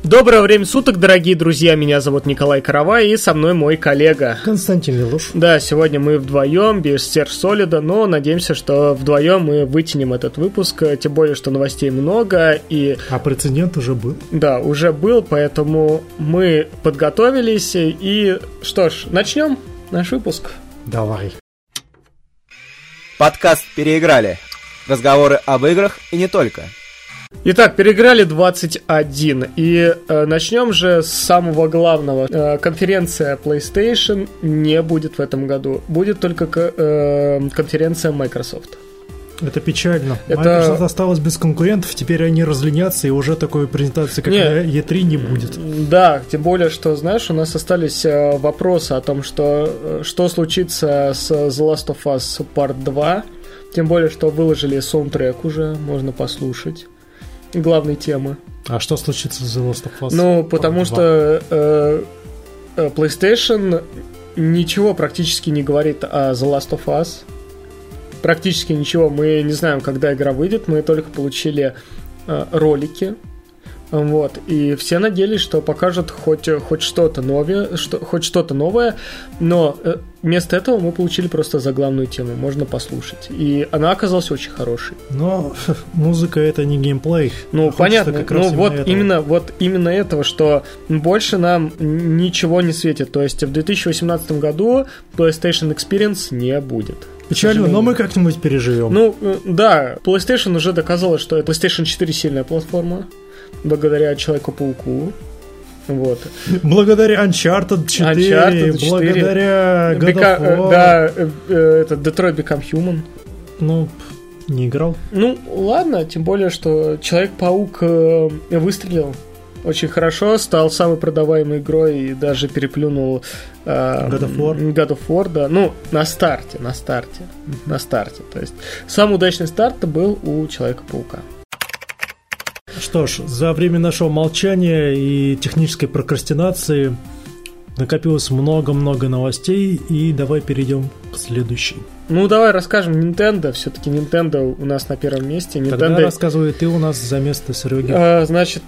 Доброе время суток, дорогие друзья, меня зовут Николай Каравай, и со мной мой коллега Константин Милуш. Да, сегодня мы вдвоем, без Серж Солида, но надеемся, что вдвоем мы вытянем этот выпуск, тем более, что новостей много, и... А прецедент уже был. Да, уже был, поэтому мы подготовились, и что ж, начнем наш выпуск. Давай. Подкаст «Переиграли». Разговоры об играх и не только. Итак, переиграли 21, и начнем же с самого главного. Конференция PlayStation не будет в этом году, будет только конференция Microsoft. Это печально. Это... Microsoft осталась без конкурентов, теперь они разленятся, и уже такой презентации, как на E3, не будет. Да, тем более, что, знаешь, у нас остались вопросы о том, что случится с The Last of Us Part 2, тем более, что выложили саундтрек уже, можно послушать. Главной темы. А что случится с The Last of Us? Ну, потому что PlayStation ничего практически не говорит о The Last of Us. Практически ничего. Мы не знаем, когда игра выйдет. Мы только получили ролики. Вот. И все надеялись, что покажут хоть что-то новое, но вместо этого мы получили просто заглавную тему, можно послушать. И она оказалась очень хорошей. Но музыка — это не геймплей. Ну, понятно. Ну, вот именно этого, что больше нам ничего не светит. То есть в 2018 году PlayStation Experience не будет. Печально, но мы как-нибудь переживем. Ну, да, PlayStation уже доказала, что PlayStation 4 сильная платформа. Благодаря Человеку-пауку. Вот. Благодаря Uncharted 4, благодаря God of War. Да, это Detroit Become Human. Ну, не играл. Ну, ладно, тем более, что Человек-паук выстрелил очень хорошо, стал самой продаваемой игрой и даже переплюнул God of War, да. Ну, на старте. То есть, самый удачный старт был у Человека-паука. Что ж, за время нашего молчания и технической прокрастинации накопилось много-много новостей, и давай перейдем к следующей. Ну, давай расскажем Nintendo. Все-таки Nintendo у нас на первом месте. Nintendo... Тогда рассказывай ты у нас за место Сереги. Значит,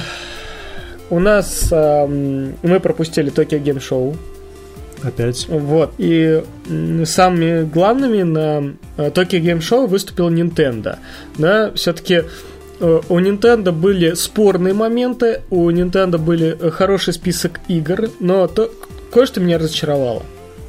у нас мы пропустили Tokyo Game Show. Опять. Вот. И самыми главными на Tokyo Game Show выступил Nintendo. Да, все-таки... У Nintendo были спорные моменты, у Nintendo были хороший список игр, но кое-что меня разочаровало.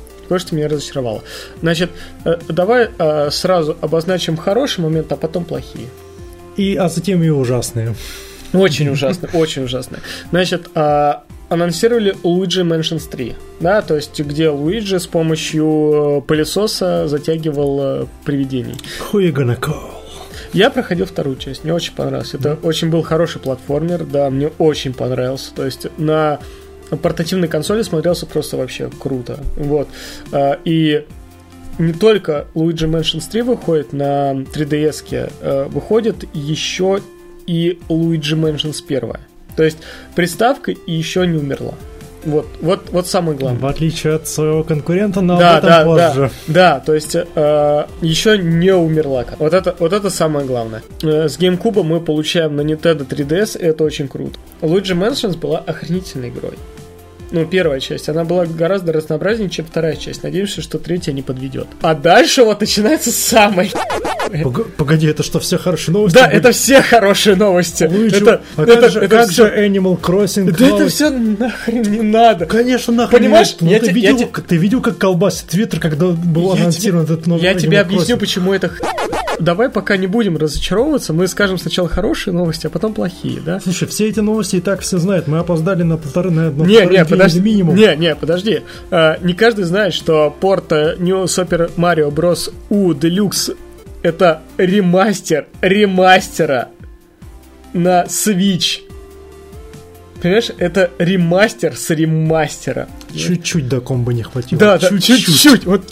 Значит, давай сразу обозначим хороший момент, а потом плохие. А затем и ужасные. Очень ужасные. Значит, анонсировали Luigi Mansions 3, да, то есть где Луиджи с помощью пылесоса затягивал привидений. Who you gonna call? Я проходил вторую часть, мне очень понравилось. Это очень был хороший платформер, да, мне очень понравился. То есть на портативной консоли смотрелся просто вообще круто. Вот. И не только Luigi Mansions 3 выходит на 3DS-ке, выходит еще и Luigi Mansions 1. То есть приставка еще не умерла. Вот самое главное. В отличие от своего конкурента, но об этом позже. Да, то есть еще не умерла. Вот это самое главное. С GameCube мы получаем на Nintendo 3DS, и это очень круто. Luigi Mansions была охренительной игрой. Ну, первая часть, она была гораздо разнообразнее, чем вторая часть. Надеемся, что третья не подведет. А дальше вот начинается самое... Погоди, это что, все хорошие новости? Да, это все хорошие новости. Как же Animal Crossing? Да это все нахрен не надо. Конечно, нахрен. Понимаешь? Ты видел, как колбасит Твиттер, когда был анонсирован этот новый Animal Crossing? Я тебе объясню, почему это... Давай пока не будем разочаровываться, мы скажем сначала хорошие новости, а потом плохие, да? Слушай, все эти новости и так все знают. Мы опоздали на полторы минимум. Подожди. Не каждый знает, что порт New Super Mario Bros. U Deluxe это ремастер ремастера на Switch. Понимаешь, это ремастер с ремастера. Чуть-чуть до комбо не хватило. Да, чуть-чуть. Вот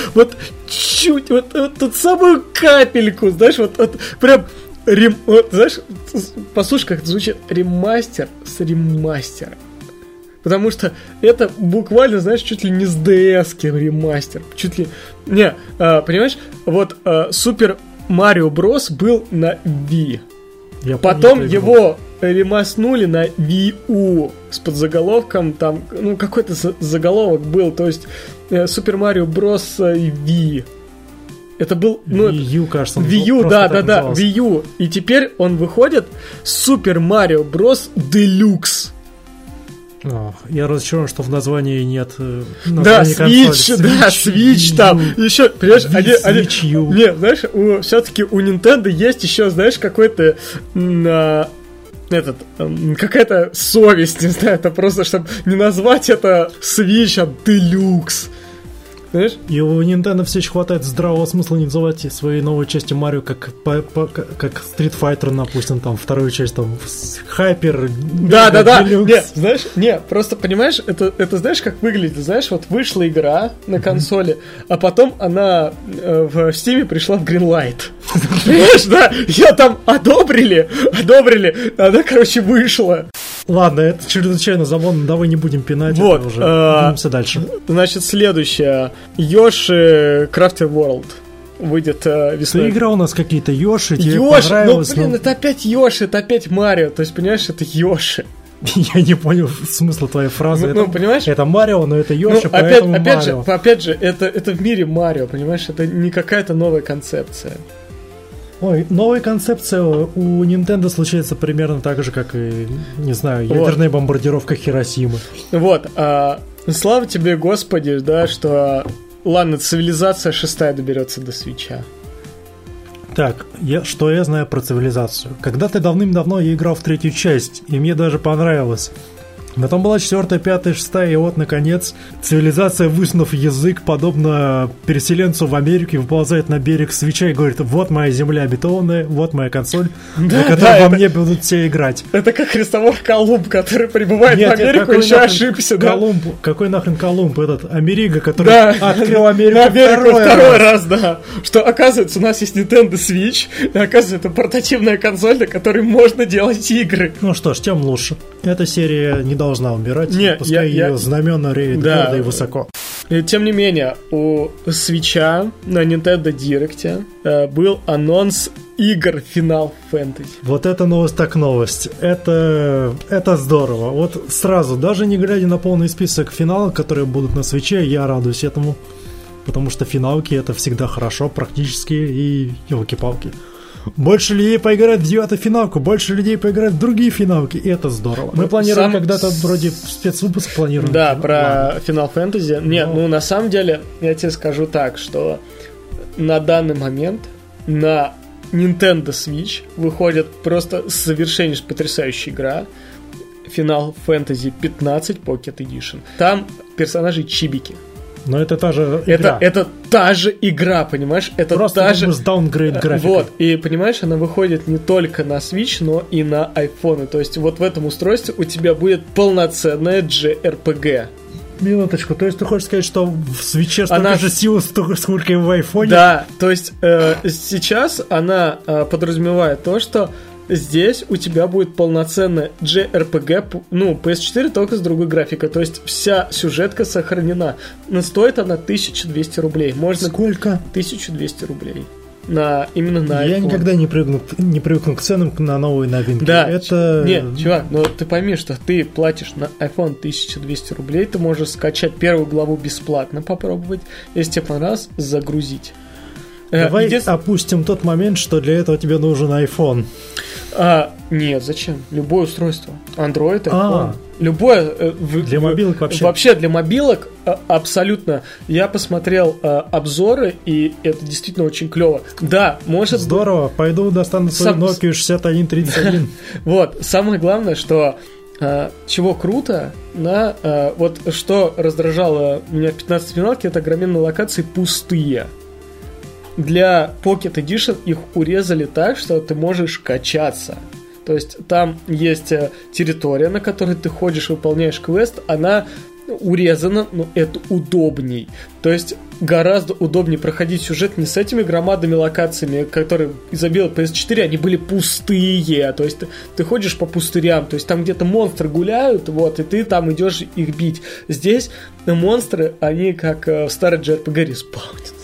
тут самую капельку, знаешь, вот прям знаешь, послушай, как это звучит. Ремастер с ремастера. Потому что это буквально, знаешь, чуть ли не с DS-ки ремастер. Чуть ли... Не, понимаешь, вот Super Mario Bros. Был на Wii. Потом его ремаснули на Wii U с подзаголовком, там, какой-то заголовок был, то есть Super Mario Bros. Wii. Это был... Wii U, кажется. Wii U, да, Wii U. И теперь он выходит Super Mario Bros. Deluxe. Я разочарован, что в названии нет Switch там. Еще, понимаешь, Switch U. Нет, знаешь, все-таки у Nintendo есть еще, знаешь, какой-то какая-то совесть, не знаю, это просто, чтобы не назвать это Switch, а Deluxe. Знаешь? И у Nintendo все еще хватает здравого смысла не называть свои новые части Марио как Street Fighter, допустим, там вторую часть, там Hyper. Да. Нет, просто понимаешь, это знаешь, как выглядит, знаешь, вот вышла игра на консоли, а потом она в Steam пришла в Greenlight. Понимаешь, да? Ее там одобрили, она, короче, вышла. Ладно, это чрезвычайно забавно, давай не будем пинать. Вот, уже. Двинемся дальше. Значит, следующее. Yoshi Crafted World выйдет весной. Ты играл у нас какие-то Йоши, тебе понравилось? Это опять Йоши, это опять Марио, то есть, понимаешь, это Йоши. Я не понял смысла твоей фразы. Понимаешь? Это Марио, но это Йоши, поэтому Марио. Опять же, это в мире Марио, понимаешь, это не какая-то новая концепция. Ой, новая концепция у Nintendo случается примерно так же, как и, не знаю, ядерная бомбардировка Хиросимы. Вот, слава тебе, Господи, да, что, ладно, цивилизация 6 доберется до Свитча. Так, что я знаю про цивилизацию? Когда-то давным-давно я играл в 3-ю часть, и мне даже понравилось. Потом была 4-я, 5-я, 6-я, и вот, наконец, цивилизация, высунув язык, подобно переселенцу в Америке, выползает на берег Свитча и говорит: вот моя земля обетованная, вот моя консоль, на которой во мне будут все играть. Это как Христофор Колумб, который прибывает в Америку, еще ошибся, да? Какой нахрен Колумб? Этот Америга, который открыл Америку второй раз, да. Что, оказывается, у нас есть Nintendo Switch, и, оказывается, это портативная консоль, на которой можно делать игры. Ну что ж, тем лучше. Эта серия не должна умирать, пускай ее знамена реют гордо и высоко. Тем не менее, у Switch'а на Nintendo Direct был анонс игр Final Fantasy. Вот это новость так новость. Это здорово. Вот сразу, даже не глядя на полный список финалов, которые будут на Switch'е, я радуюсь этому. Потому что финалки это всегда хорошо, практически, и елки-палки. Больше людей поиграют в 9-ю финалку, больше людей поиграют в другие финалки, и это здорово. Мы планируем когда-то вроде спецвыпуск планируем. Да, про Final Fantasy. Нет, на самом деле, я тебе скажу так, что на данный момент на Nintendo Switch выходит просто совершеннейше потрясающая игра Final Fantasy 15 Pocket Edition. Там персонажи чибики. Но это та же игра. Это та же игра, понимаешь? Это просто та же... с downgrade графикой. Вот, и понимаешь, она выходит не только на Switch, но и на iPhone. То есть вот в этом устройстве у тебя будет полноценная JRPG. Минуточку, то есть ты хочешь сказать, что в Switch'е столько же сил, сколько и в iPhone? Да, то есть сейчас она подразумевает то, что здесь у тебя будет полноценная JRPG, PS4 только с другой графикой, то есть вся сюжетка сохранена. Но стоит она 1200 рублей. Можно... Сколько? 1200 рублей. Именно на iPhone. Я никогда не привыкну к ценам на новые новинки. Да, это... Нет, чувак, но ты пойми, что ты платишь на iPhone 1200 рублей, ты можешь скачать первую главу бесплатно, попробовать, если тебе понравилось, загрузить. Давай опустим тот момент, что для этого тебе нужен iPhone. Нет, зачем? Любое устройство. Android, iPhone. Любое. Для мобилок вообще. Вообще для мобилок абсолютно. Я посмотрел обзоры, и это действительно очень клево. Да, может... Здорово, пойду достану свою Nokia 6131. Вот, самое главное, что... чего круто, вот что раздражало меня в 15 финалке, это огроменные локации пустые. Для Pocket Edition их урезали так, что ты можешь качаться. То есть там есть территория, на которой ты ходишь, выполняешь квест, она урезана, но это удобней. То есть гораздо удобнее проходить сюжет не с этими громадными локациями, которые изобилуют PS4, они были пустые. То есть ты ходишь по пустырям, то есть там где-то монстры гуляют, вот, и ты там идешь их бить. Здесь монстры, они как в старой JRPG респаунятся.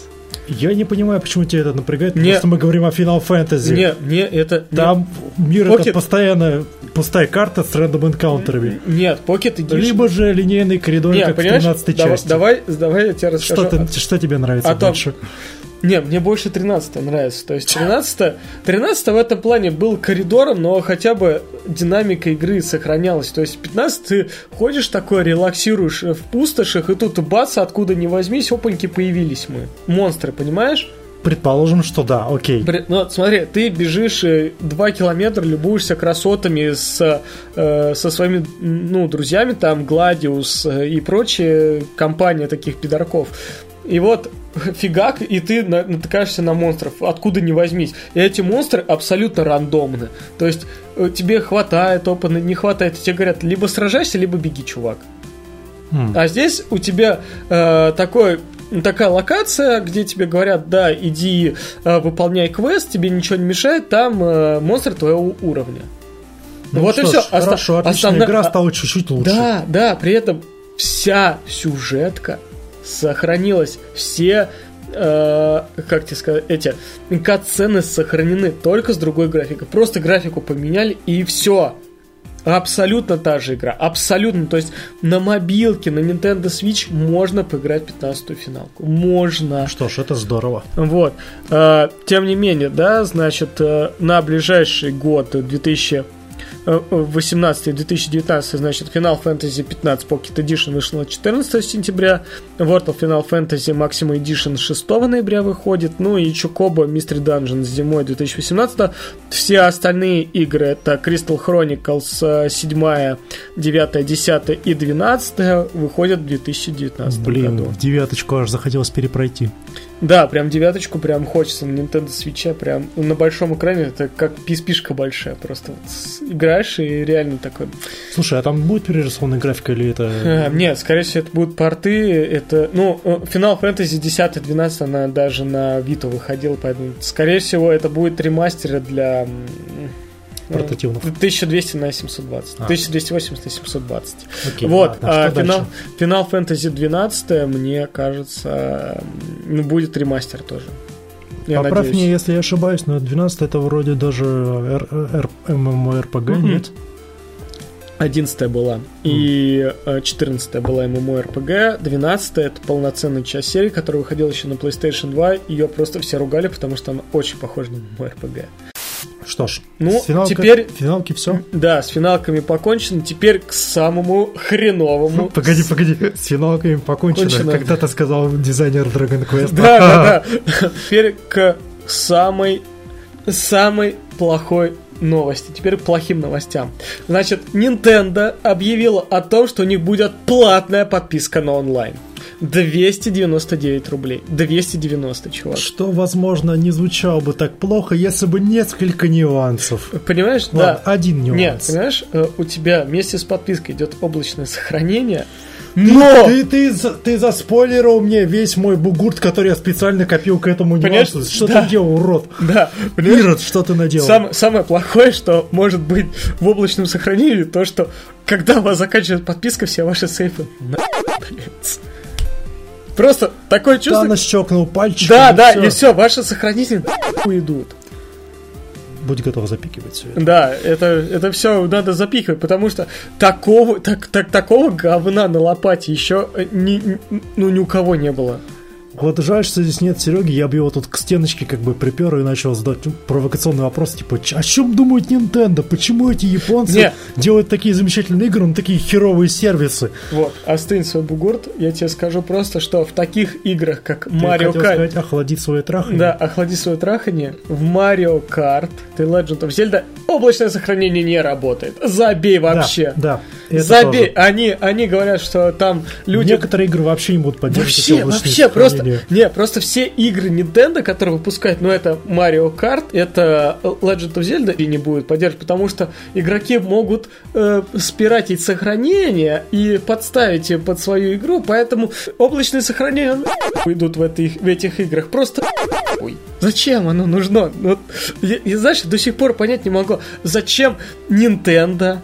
Я не понимаю, почему тебя это напрягает, потому что мы говорим о Final Fantasy. Не, это... Там мир Pocket... это постоянно пустая карта с рандом энкаунтерами. Нет, Pocket Edition... Либо же линейный коридор, как в 13-й части. Давай я тебе расскажу. Что тебе нравится больше? Не, мне больше 13 нравится. То есть 13 в этом плане был коридором, но хотя бы динамика игры сохранялась. То есть 15 ты ходишь такой, релаксируешь в пустошах, и тут бац, откуда ни возьмись, опаньки, появились мы. Монстры, понимаешь? Предположим, что да, окей. Ну, смотри, ты бежишь 2 километра, любуешься красотами со своими, друзьями, там, Гладиус и прочие, компания таких пидорков. И вот фигак, и ты натыкаешься на монстров, откуда ни возьмись. И эти монстры абсолютно рандомны. То есть тебе хватает опыта, не хватает. И тебе говорят, либо сражайся, либо беги, чувак. А здесь у тебя такая локация, где тебе говорят, да, иди выполняй квест, тебе ничего не мешает, там монстры твоего уровня. Вот и все. Хорошо, отлично, игра стала чуть-чуть лучше. Да, при этом вся сюжетка сохранилась, все, как тебе сказать, эти кат-сцены сохранены только с другой графикой. Просто графику поменяли и все. Абсолютно та же игра, абсолютно. То есть на мобилке, на Nintendo Switch можно поиграть 15-ю финалку. Можно. Что ж, это здорово. Вот. Тем не менее, да, значит, на ближайший год 2018-2019, значит, Final Fantasy 15 Pocket Edition вышла 14 сентября, World of Final Fantasy Maximum Edition 6 ноября выходит, ну и Chocobo Mystery Dungeon зимой 2018. Все остальные игры, это Crystal Chronicles 7, 9, 10 и 12 выходят в 2019 году. Блин, в девяточку аж захотелось перепройти. Да, прям девяточку прям хочется на Nintendo Switch, прям на большом экране, это как PSP-шка большая, просто вот играешь и реально такой... Слушай, а там будет перерисованная графика или это... Нет, скорее всего, это будут порты, это... Final Fantasy 10-12, она даже на Vita выходила, поэтому, скорее всего, это будет ремастер для... портативных. 1200 на 720. 1280 на 720. Окей, вот. Final Fantasy 12, мне кажется, будет ремастер тоже. Поправь меня, если я ошибаюсь, но 12 это вроде даже MMORPG, нет? 11 была. И 14 была MMORPG. 12 это полноценная часть серии, которая выходила еще на PlayStation 2. Ее просто все ругали, потому что она очень похожа на MMORPG. Что ж, теперь... финалки все? Да, с финалками покончено. Теперь к самому хреновому... Погоди, с финалками покончено. Когда-то сказал дизайнер Dragon Quest. Да. Теперь к самой плохой новости. Теперь к плохим новостям. Значит, Nintendo объявила о том, что у них будет платная подписка на онлайн. 299 рублей. 290, чувак. Что, возможно, не звучало бы так плохо, если бы несколько нюансов. Понимаешь? Ладно, да. Один нюанс. Нет, понимаешь, у тебя вместе с подпиской идет облачное сохранение. Но! Ты заспойлерил мне весь мой бугурт, который я специально копил к этому нюансу. Что ты делал, урод? Да. Ирод, что ты наделал? Самое плохое, что может быть в облачном сохранении, то, что когда у вас заканчивается подписка, все ваши сейфы удаляются. Просто такое чувство... Танос щелкнул пальчиком. Да, и все, ваши сохранители уйдут. Будь готов запикивать все это. Да, это все надо запихивать, потому что такого говна на лопате еще ни у кого не было. Вот жаль, что здесь нет Сереги, я бы его тут к стеночке как бы припер и начал задать провокационный вопрос, типа, о чем думают Nintendo? Почему эти японцы делают такие замечательные игры, но такие херовые сервисы? Вот, остынь свой бугурт, я тебе скажу просто, что в таких играх, как Mario Kart... сказать, охладить свое трахание? Да, охладить свое трахание. В Mario Kart, The Legend of Zelda, облачное сохранение не работает. Забей вообще. Да. Забей. Они говорят, что там люди... Некоторые игры вообще не будут поддерживать вообще просто все игры Nintendo, которые выпускают, это Mario Kart, это Legend of Zelda, и не будет поддерживать, потому что игроки могут спиратить сохранение и подставить ее под свою игру, поэтому облачные сохранения уйдут в этих играх. Просто зачем оно нужно? Я, знаешь, до сих пор понять не могу, зачем Nintendo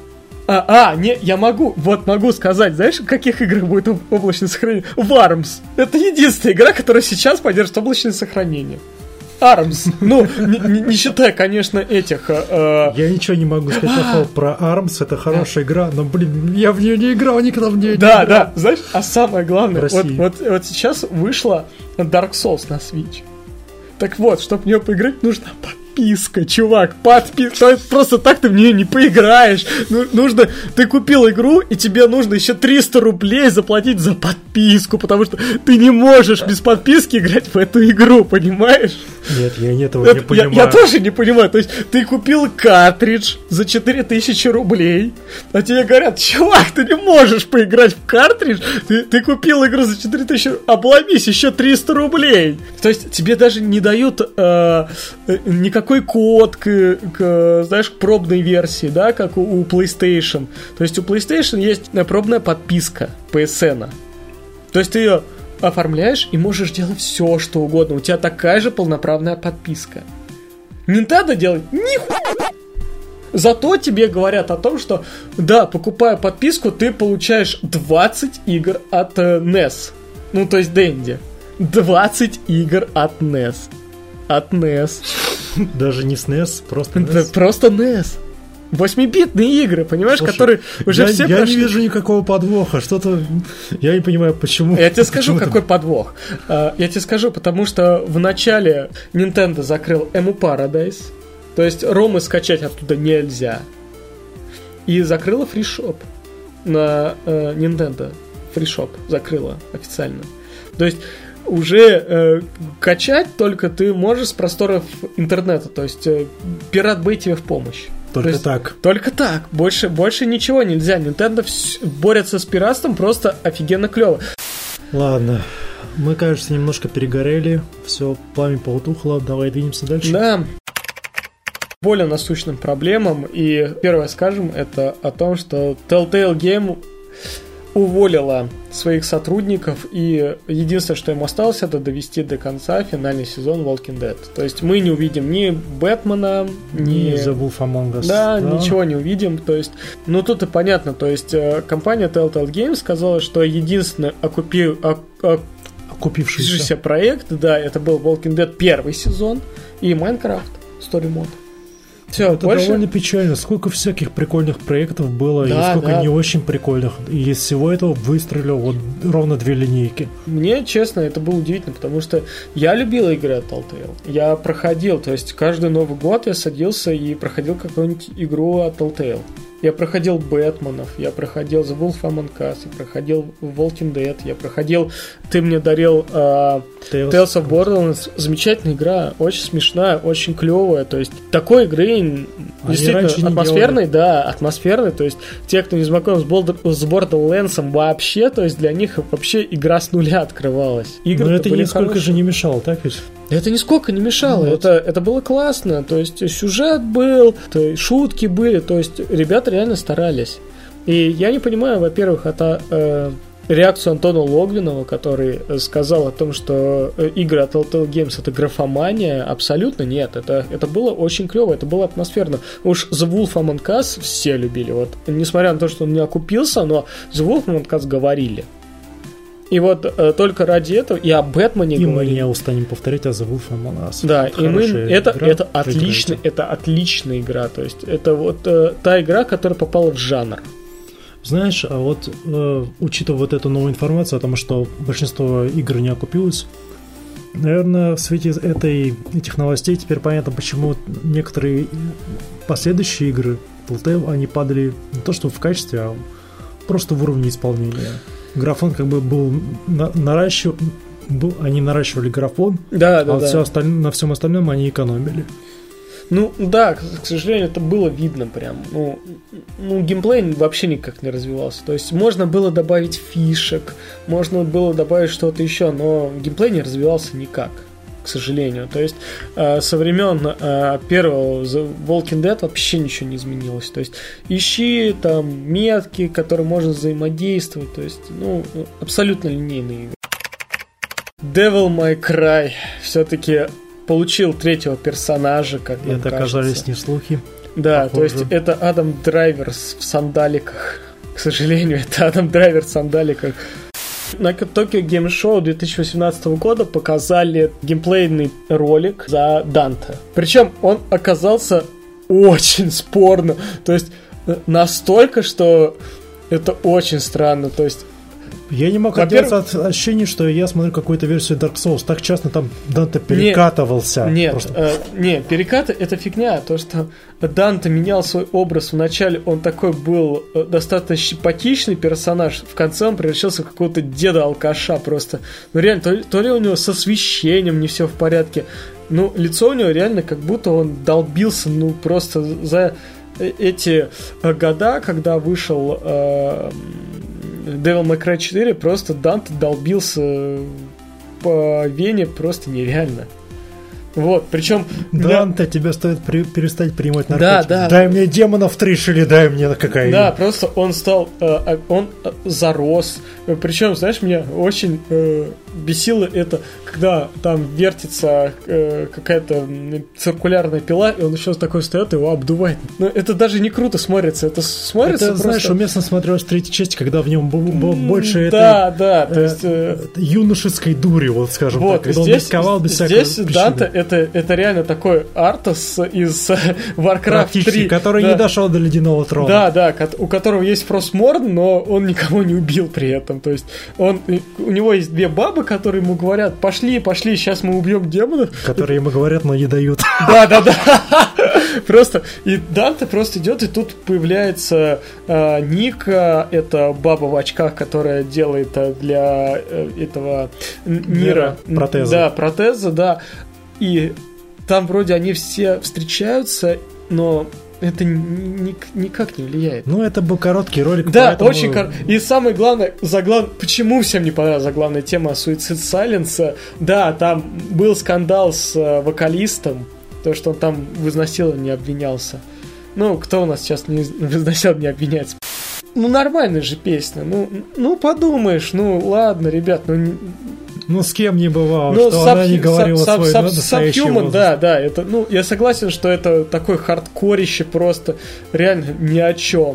Не, я могу сказать, знаешь, в каких играх будет облачное сохранение? Worms. Это единственная игра, которая сейчас поддержит облачное сохранение. ARMS. Ну, не считая, конечно, этих... Я ничего не могу сказать про ARMS. Это хорошая игра, но, блин, я в нее не играл, никогда в нее не играл. Да, знаешь, а самое главное, вот сейчас вышла Dark Souls на Switch. Так вот, чтобы в нее поиграть, нужна подписка, чувак, подписка. Просто так ты в нее не поиграешь. Нужно, ты купил игру, и тебе нужно еще 300 рублей заплатить за подписку, потому что ты не можешь без подписки играть в эту игру, понимаешь? Нет, я этого не понимаю. Я тоже не понимаю. То есть ты купил картридж за 4000 рублей, а тебе говорят, чувак, ты не можешь поиграть в картридж, ты купил игру за 4000, обломись, еще 300 рублей. То есть тебе даже не дают никакой код знаешь, к пробной версии, да, как у PlayStation. То есть у PlayStation есть пробная подписка PSN. То есть ты ее оформляешь и можешь делать все, что угодно. У тебя такая же полноправная подписка. Nintendo делает нихуя. Зато тебе говорят о том, что да, покупая подписку, ты получаешь 20 игр от NES. Ну, то есть Dendy. 20 игр от NES. От NES. Даже не SNES, просто NES. Просто NES. 8-битные игры, понимаешь, слушай, которые уже все прошли. Я не вижу никакого подвоха, что-то... Я не понимаю, почему... Я тебе скажу, какой подвох. Я тебе скажу, потому что в начале Nintendo закрыл Emu Paradise, то есть ромы скачать оттуда нельзя. И закрыла фришоп на Nintendo. Фришоп закрыла официально. То есть уже качать только ты можешь с просторов интернета, то есть Pirate Bay тебе в помощь. Только так. Только так. Больше ничего нельзя. Nintendo борется с пиратством просто офигенно клево. Ладно. Мы, кажется, немножко перегорели. Все, пламя поутухло. Давай двинемся дальше. Да. Более насущным проблемам. И первое скажем, это о том, что Telltale Game уволила своих сотрудников, и единственное, что им осталось, это довести до конца финальный сезон Walking Dead. То есть мы не увидим ни Бэтмена, ни The Wolf Among Us. Да, ничего не увидим. То есть, ну тут и понятно. То есть компания Telltale Games сказала, что единственный окупившийся проект, да, это был Walking Dead первый сезон и Minecraft Story Mode. Все, это больше... довольно печально. Сколько всяких прикольных проектов было, да, и сколько не очень прикольных. И из всего этого выстрелил вот ровно 2 линейки. Мне, честно, это было удивительно, потому что я любил игры от Telltale. Я проходил, то есть каждый Новый год я садился и проходил какую-нибудь игру от Telltale. Я проходил Бэтменов, я проходил The Wolf Among Us, я проходил Walking Dead, я проходил... Ты мне дарил Tales of Borderlands. Замечательная игра, очень смешная, очень клевая. То есть такой игры действительно атмосферной, да, атмосферной. То есть те, кто не знаком с Borderlands вообще, то есть для них вообще игра с нуля открывалась. Но это нисколько же не мешало, так ведь? Это нисколько не мешало, вот. Это было классно, то есть сюжет был, то есть шутки были, то есть ребята реально старались. И я не понимаю, во-первых, это реакцию Антона Логвинова, который сказал о том, что игры от Telltale Games это графомания. Абсолютно нет, это было очень клево, это было атмосферно. Уж The Wolf Among Us все любили, вот, несмотря на то, что он не окупился, но The Wolf Among Us говорили. И вот только ради этого и о Бэтмене и говорили. Мы не устанем повторять о The Wolf Among Us. Да, и мы это отличная игра. То есть это вот та игра, которая попала в жанр. Знаешь, а вот учитывая вот эту новую информацию о том, что большинство игр не окупилось, наверное, в свете этих новостей теперь понятно, почему некоторые последующие игры Telltale, они падали не то что в качестве, а просто в уровне исполнения. Графон как бы был они наращивали графон, да, на всем остальном они экономили. Ну да, к сожалению, это было видно прям. Ну, геймплей вообще никак не развивался. То есть можно было добавить фишек, можно было добавить что-то еще, но геймплей не развивался никак, к сожалению. То есть со времен первого The Walking Dead вообще ничего не изменилось. То есть ищи там метки, которые можно взаимодействовать. То есть, абсолютно линейные игры. Devil May Cry все-таки получил третьего персонажа. Как и это оказались не слухи. Да, похоже. То есть это Адам Драйвер в сандаликах. К сожалению, это Адам Драйвер в сандаликах. На Tokyo Game Show 2018 года показали геймплейный ролик за Данте. Причем он оказался очень спорно. То есть настолько, что это очень странно. То есть я не мог отделаться от ощущения, что я смотрю какую-то версию Dark Souls. Так часто там Данте перекатывался. Нет, перекаты это фигня. То, что Данте менял свой образ. Вначале он такой был достаточно симпатичный персонаж. В конце он превращался в какого-то деда-алкаша просто. Ну реально, то ли у него с освещением не все в порядке. Ну, лицо у него реально как будто он долбился, ну, просто за эти года, когда вышел Devil May Cry 4, просто Данте долбился по вене просто нереально. Вот, причем... Данте, тебе стоит перестать принимать наркотики. Да. Дай мне демонов 3 или дай мне кокаин. Да, просто он стал... он зарос. Причем, знаешь, меня очень бесило это, когда там вертится какая-то циркулярная пила, и он еще такой встает и его обдувает. Но это даже не круто смотрится. Это смотрится это, просто... знаешь, уместно смотрелось в третьей части, когда в нем больше то есть... юношеской дури, вот скажем вот, так. Когда здесь, он рисковал без всякого здесь Данте это реально такой Артас из Warcraft 3. Который не дошел до Ледяного трона. Да, у которого есть Frostmourne, но он никого не убил при этом. То есть у него есть две бабы, которые ему говорят: пошли, сейчас мы убьем демонов. Которые ему говорят, но не дают. Да. Просто, и Данте просто идет, и тут появляется Ника, это баба в очках, которая делает для этого Нира протеза. Да, протеза, да. И там вроде они все встречаются, но это никак не влияет. Ну, это был короткий ролик. Да, поэтому... очень короткий. И самое главное, почему всем не понравилась заглавная тема Suicide Silence? Да, там был скандал с вокалистом, то, что он там в изнасиловании обвинялся. Ну, кто у нас сейчас в изнасиловании обвиняется? Ну, нормальная же песня. Ну, подумаешь, ну, ладно, ребят, Ну, с кем не бывало, что она не говорила свой настоящий возраст. Да, это, ну, я согласен, что это такой хардкорище просто, реально ни о чем.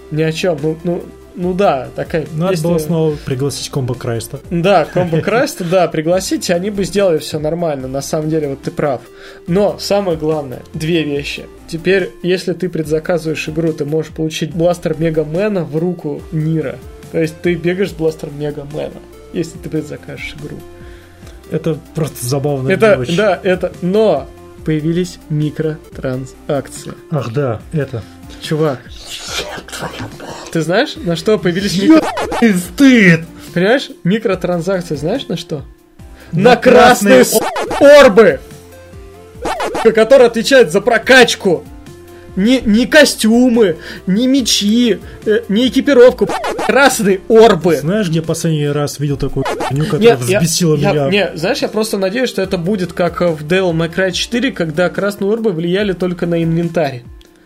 Ну да, такая... Надо было снова пригласить Комбо Крайста. Да, Комбо Крайста, да, пригласите, они бы сделали все нормально, на самом деле, вот ты прав. Но самое главное, две вещи. Теперь, если ты предзаказываешь игру, ты можешь получить бластер Мегамена в руку Нира. То есть ты бегаешь с бластером Мегамена, если ты предзакажешь игру. Это просто забавная мелочь. Да, но появились микротранзакции. Ах да, это. Чувак, ты знаешь, на что появились микротранзакции? Стыд! Понимаешь, микротранзакции знаешь на что? На красные орбы, которые отвечают за прокачку. Не костюмы, не мечи, не экипировку. Красные орбы. Знаешь, где последний раз видел такую хуйню, которая взбесила меня? Знаешь, я просто надеюсь, что это будет как в Devil May Cry 4, когда красные орбы влияли только на инвентарь.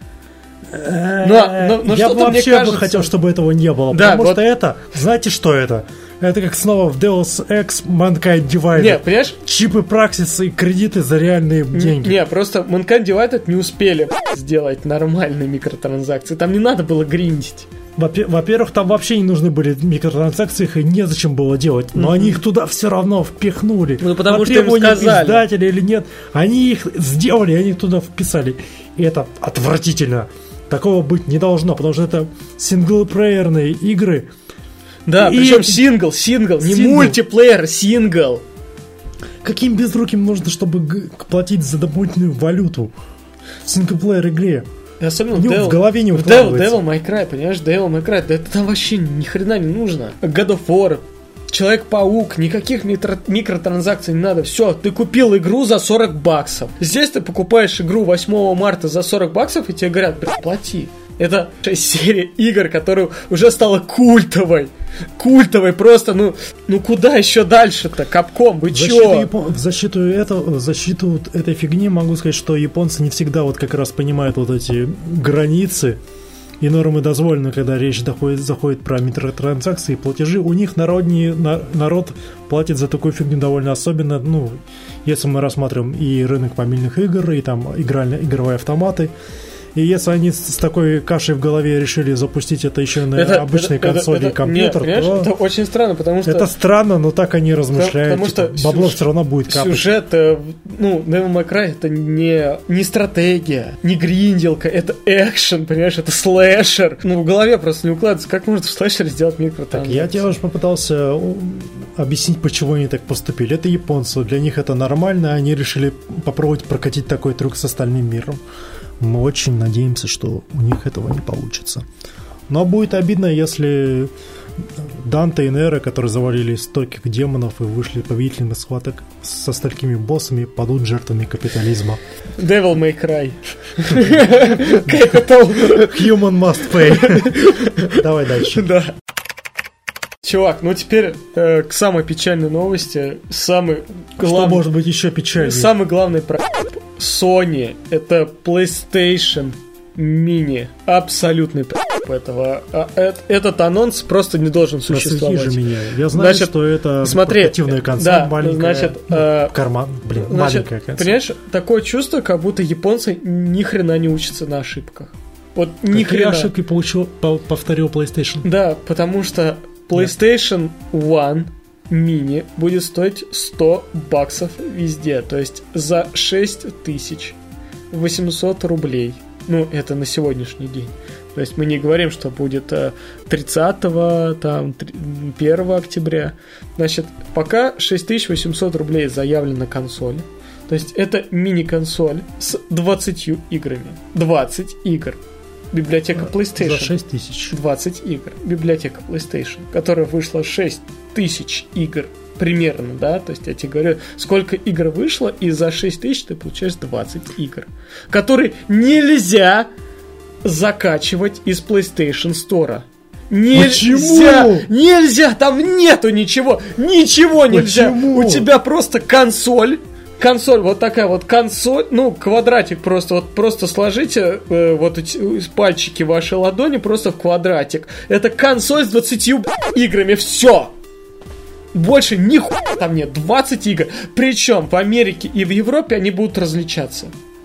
Но я бы вообще хотел, чтобы этого не было. Потому что это, знаете, что это? Это как снова в Deus Ex Mankind Divided. Не, понимаешь? Чипы Praxis и кредиты за реальные деньги. Не, просто Mankind Divided не успели сделать нормальные микротранзакции. Там не надо было гриндить. Во-первых, там вообще не нужны были микротранзакции, их и незачем было делать. Но они их туда все равно впихнули. Ну, потому что им сказали. Издателя или нет, они их сделали, они их туда вписали. И это отвратительно. Такого быть не должно, потому что это синглплеерные игры. Да, причем сингл, не мультиплеер, сингл. Каким безруким нужно, чтобы платить за дополнительную валюту в синглплеер игре? Особенно в голове не укладывается. Devil May Cry, понимаешь, Devil May Cry, да это там вообще ни хрена не нужно. God of War, Человек-паук, никаких микротранзакций не надо. Все, ты купил игру за $40. Здесь ты покупаешь игру 8 марта за $40, и тебе говорят: плати. Это серия игр, которая уже стала культовой. Культовой просто, ну куда еще дальше-то? Capcom, вы чё? В защиту этой фигни могу сказать, что японцы не всегда вот как раз понимают вот эти границы. и нормы дозволены, когда речь заходит про микротранзакции и платежи. У них народ платит за такую фигню довольно особенно. Ну, если мы рассматриваем и рынок мобильных игр, и там игровые автоматы. И если они с такой кашей в голове решили запустить это еще на обычной консоли и компьютер, то... Это очень странно, потому что... Это странно, но так они размышляют. Потому что бабло все равно будет капать. Сюжет, ну, Devil May Cry это не стратегия, не гринделка, это экшен, понимаешь, это слэшер. Ну, в голове просто не укладывается, как можно в слэшере сделать микротранзакции. Я тебе уже попытался объяснить, почему они так поступили. Это японцы, для них это нормально, они решили попробовать прокатить такой трюк с остальным миром. Мы очень надеемся, что у них этого не получится. Но будет обидно, если Данте и Нера, которые завалили стольких демонов и вышли победителями схваток со столькими боссами, падут жертвами капитализма. Devil May Cry. Human must pay. Давай дальше. Да. Чувак, ну теперь к самой печальной новости. Что может быть еще печальнее? Самый главный Sony. Это PlayStation Mini. Абсолютный этого. Этот анонс просто не должен существовать. Же меня. Я знаю, что это портативная консоль, маленькая. Карман, маленькая консоль. Понимаешь, такое чувство, как будто японцы ни хрена не учатся на ошибках. Вот ни хрена. Какие ошибки повторил PlayStation? Да, потому что PlayStation One Mini будет стоить $100 везде, то есть за 6800 рублей. Ну, это на сегодняшний день. То есть мы не говорим, что будет 30-го, там, 1 октября. Значит, пока 6800 рублей заявлена консоль. То есть это мини-консоль с 20 играми. 20 игр. Библиотека PlayStation. За 6 тысяч. 20 игр. Библиотека PlayStation, которая вышла 6 тысяч игр примерно, да, то есть я тебе говорю, сколько игр вышло, и за 6 тысяч ты получаешь 20 игр, которые нельзя закачивать из PlayStation Store. Почему? Нельзя, там нету ничего нельзя. Почему? У тебя просто консоль, вот такая вот консоль, ну, квадратик просто сложите вот эти пальчики вашей ладони просто в квадратик. Это консоль с 20 играми, все. Больше нихуя там нет, 20 игр. Причем в Америке и в Европе они будут различаться.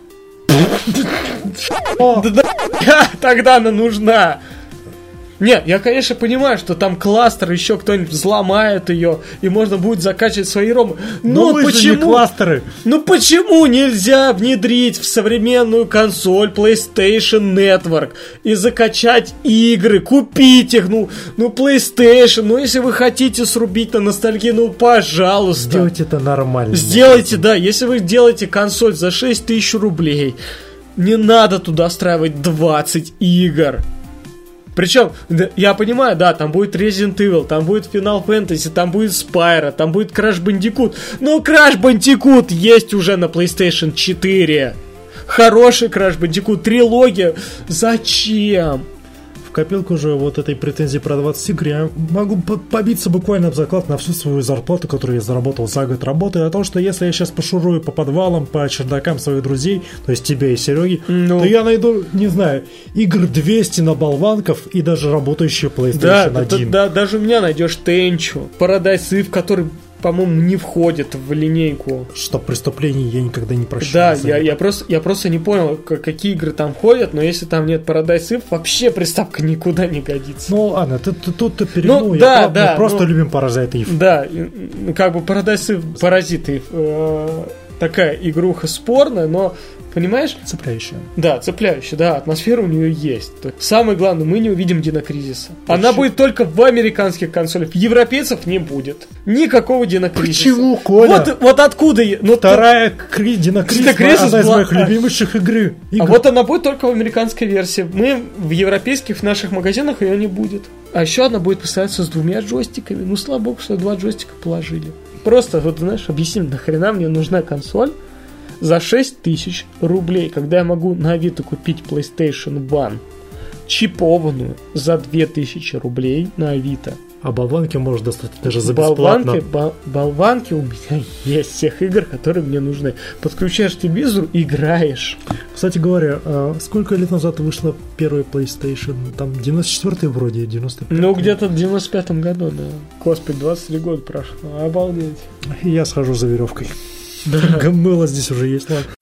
Тогда она нужна. Нет, я, конечно, понимаю, что там кластер, еще кто-нибудь взломает ее, и можно будет закачивать свои ромы. Но почему? Не кластеры. Ну почему нельзя внедрить в современную консоль PlayStation Network и закачать игры, купить их, ну PlayStation, ну если вы хотите срубить на ностальгии, ну пожалуйста. Сделайте это нормально. Сделайте, да, если вы делаете консоль за 6000 рублей, не надо туда встраивать 20 игр. Причем, я понимаю, да, там будет Resident Evil, там будет Final Fantasy, там будет Spyro, там будет Crash Bandicoot. Но Crash Bandicoot есть уже на PlayStation 4. Хороший Crash Bandicoot, трилогия. Зачем? В копилку же вот этой претензии про 20 игр я могу побиться буквально об заклад на всю свою зарплату, которую я заработал за год работы, о том, что если я сейчас пошурую по подвалам, по чердакам своих друзей, то есть тебя и Сереги, то я найду, не знаю, игр 200 на болванков и даже работающие PlayStation 1. Да, даже у меня найдешь Tenchu, Paradise Eve, который, по-моему, не входит в линейку. Что преступлений я никогда не прощаю. Да, я просто не понял, какие игры там входят, но если там нет Paradise Eve, вообще приставка никуда не годится. Ну ладно, тут ты перегнул, мы просто любим Parasite Eve. Да, как бы Paradise Eve, Паразиты, такая игруха спорная, но, понимаешь? Цепляющая. Да, цепляющая, да, атмосфера у нее есть. Самое главное, мы не увидим Динокризиса. Она будет только в американских консолях, европейцев не будет. Никакого Динокризиса. Почему, Коля? Вот откуда... Вторая Динокризис одна из моих любимейших игр. А вот она будет только в американской версии. Мы в европейских, в наших магазинах ее не будет. А еще она будет поставляться с 2 джойстиками. Ну, слава богу, что 2 джойстика положили. Просто, вот, знаешь, объясни, нахрена мне нужна консоль за 6000 рублей, когда я могу на Авито купить PlayStation One чипованную за 2000 рублей на Авито. А болванки можешь достать даже за бесплатно. Болванки у меня есть всех игр, которые мне нужны. Подключаешь телевизор, играешь. Кстати говоря, сколько лет назад вышла первая PlayStation? Там 94-й вроде, 95-й. Ну, где-то в 95-м году, да. Господи, 23 года прошло. Обалдеть. Я схожу за веревкой. Да. Мыло здесь уже есть, ладно.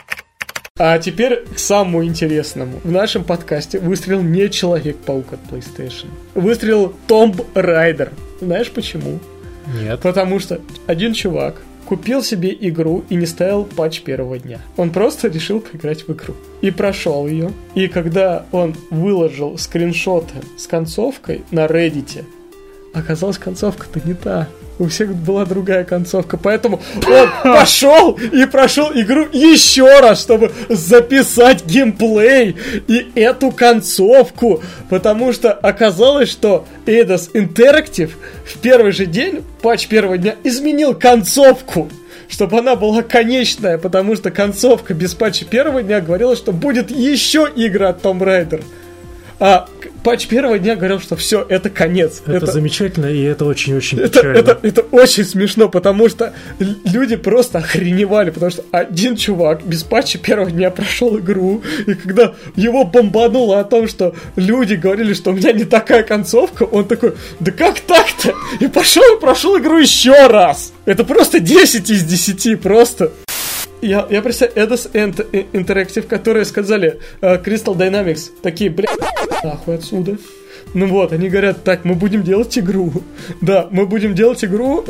А теперь к самому интересному. В нашем подкасте выстрелил не Человек-паук от PlayStation. Выстрелил Tomb Raider. Знаешь почему? Нет. Потому что один чувак купил себе игру и не ставил патч первого дня. Он просто решил поиграть в игру. И прошел ее. И когда он выложил скриншоты с концовкой на Reddit, оказалось, концовка-то не та. У всех была другая концовка, поэтому он пошел и прошел игру еще раз, чтобы записать геймплей и эту концовку, потому что оказалось, что Eidos Interactive в первый же день, патч первого дня, изменил концовку, чтобы она была конечная, потому что концовка без патча первого дня говорила, что будет еще игра от Tomb Raider. А патч первого дня говорил, что все, это конец. Это замечательно, и это очень-очень печально. Это очень смешно, потому что люди просто охреневали, потому что один чувак без патча первого дня прошел игру, и когда его бомбануло о том, что люди говорили, что у меня не такая концовка, он такой, да как так-то? И пошел и прошел игру еще раз. Это просто 10 из 10, просто... Я представляю, Eidos Interactive, которые сказали Crystal Dynamics, такие, нахуй отсюда. Ну вот, они говорят, так, мы будем делать игру. Да, мы будем делать игру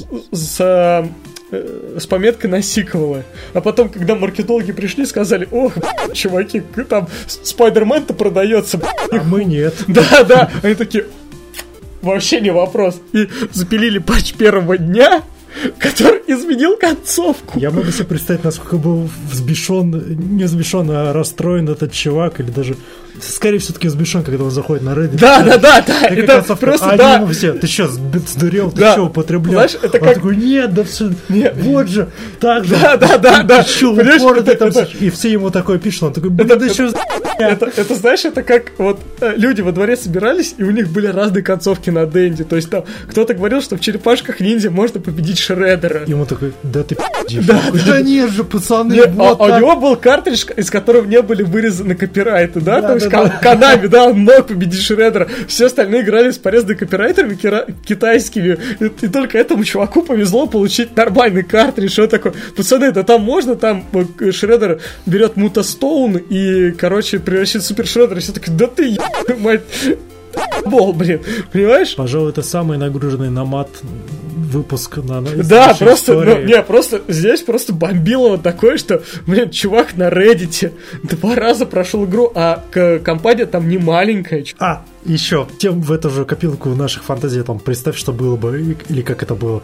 с пометкой на сиквелы. А потом, когда маркетологи пришли, сказали, ох, чуваки, там Spider-Man-то продается. А мы нет. Да, они такие, вообще не вопрос. И запилили патч первого дня, который изменил концовку. Я могу себе представить, насколько был не взбешен, а расстроен этот чувак, или даже, скорее все-таки взбешен, когда он заходит на Reddit. Да, это концовка. Просто, да. Все, ты что, сдурел, ты да. что, употреблял? Знаешь, это он как... такой, нет, да все, нет. Вот же, так же. Да. И все ему такое пишут, он такой, да что... Это, знаешь, это как вот люди во дворе собирались, и у них были разные концовки на Денде. То есть там кто-то говорил, что в черепашках ниндзя можно победить Шреддера. И ему такой, да ты пи***ишь. Да нет же, пацаны. Нет, вот у него был картридж, из которого не были вырезаны копирайты, да? То есть Konami, да, он мог победить Шреддера. Все остальные играли с порезанными копирайтерами китайскими. И только этому чуваку повезло получить нормальный картридж. Он такой, пацаны, да там можно, там Шреддер берет Мутастоун и, короче, превращает в Супер Шреддера. И все такие, да ты мать... Бол, блин, понимаешь? Пожалуй, это самый нагруженный на мат выпуск на да, просто здесь просто бомбило вот такое, что, блин, чувак на Reddit 2 раза прошел игру, а компания там не маленькая. Еще, тем в эту же копилку наших фантазий, там, представь, что было бы, или как это было.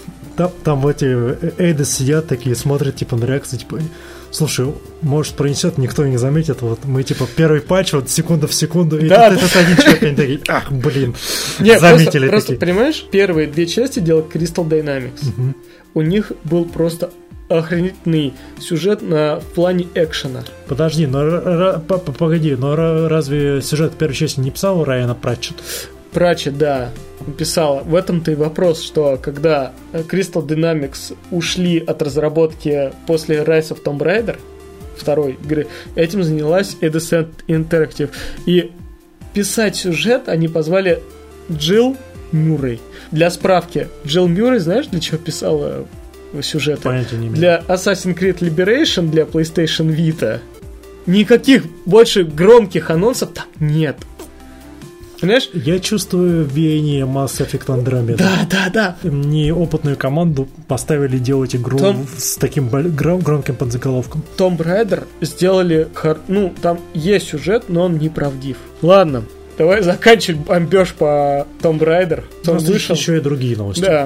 Там эти Eidos сидят такие, смотрят, типа, на реакцию, типа, слушай, может, пронесет, никто не заметит, вот мы, типа, первый патч, вот секунда в секунду, и этот один человек, они такие, ах, блин, заметили. Просто, понимаешь, первые 2 части делал Crystal Dynamics. У них был просто охренительный сюжет в плане экшена. Подожди, погоди, но разве сюжет первой части не писал Райана Пратчетт? Пратчетт, да, писала. В этом-то и вопрос, что когда Crystal Dynamics ушли от разработки после Rise of Tomb Raider, второй игры, этим занялась Eidos Interactive. И писать сюжет они позвали Джилл Мюррей. Для справки, Джилл Мюррей, знаешь, для чего писала сюжеты? Понятия не имею. Для Assassin's Creed Liberation, для PlayStation Vita. Никаких больше громких анонсов там нет. Понимаешь? Я чувствую веяние Mass Effect Andromeda. Да. Неопытную команду поставили делать игру с таким громким подзаголовком. Tomb Raider сделали... Ну, там есть сюжет, но он неправдив. Ладно, давай заканчивать бомбеж по Tomb Raider. Он вышел. Еще и другие новости. Да.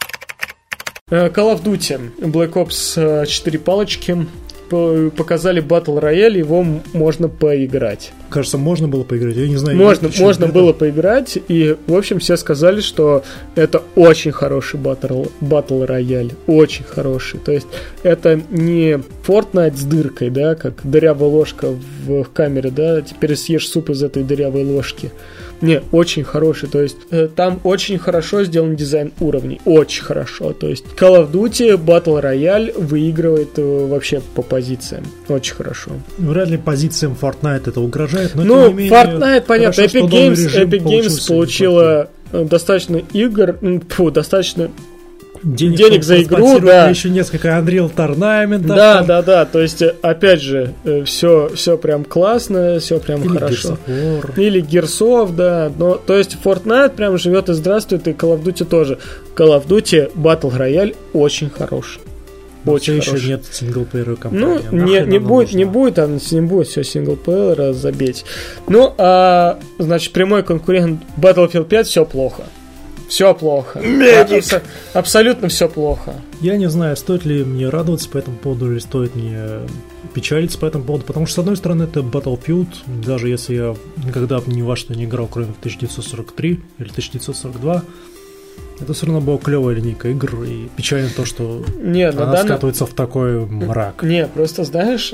Call of Duty. Black Ops 4 палочки. Показали Battle Royale, его можно поиграть. Кажется, можно было поиграть, я не знаю. Можно было поиграть, и, в общем, все сказали, что это очень хороший Battle Royale, очень хороший. То есть, это не Fortnite с дыркой, да, как дырявая ложка в камере, да, теперь съешь суп из этой дырявой ложки. Не, очень хороший, то есть там очень хорошо сделан дизайн уровней, очень хорошо, то есть Call of Duty Battle Royale выигрывает вообще по позициям, очень хорошо. Вряд ли позициям Fortnite это угрожает, но ну, тем не менее, Fortnite, понятно, хорошо, Epic Games получила достаточно игр, достаточно денег за игру, да. Еще несколько Unreal Tournament. Да, то есть, опять же, все прям классно, все прям или хорошо. Gears of War. Или Gears of, да. Но, то есть, Fortnite прям живет и здравствует, и Call of Duty тоже. Call of Duty Battle Royale очень хороший. Очень еще хороший. нет синглплееровой кампании. Ну, не будет все синглплеера, забейте. Ну, значит, прямой конкурент Battlefield 5, все плохо. Все плохо. Абсолютно все плохо. Я не знаю, стоит ли мне радоваться по этому поводу, или стоит мне печалиться по этому поводу, потому что, с одной стороны, это Battlefield, даже если я никогда ни во что не играл, кроме 1943 или 1942, это все равно была клевая линейка игр, и печально то, что она скатывается в такой мрак. Не, просто знаешь,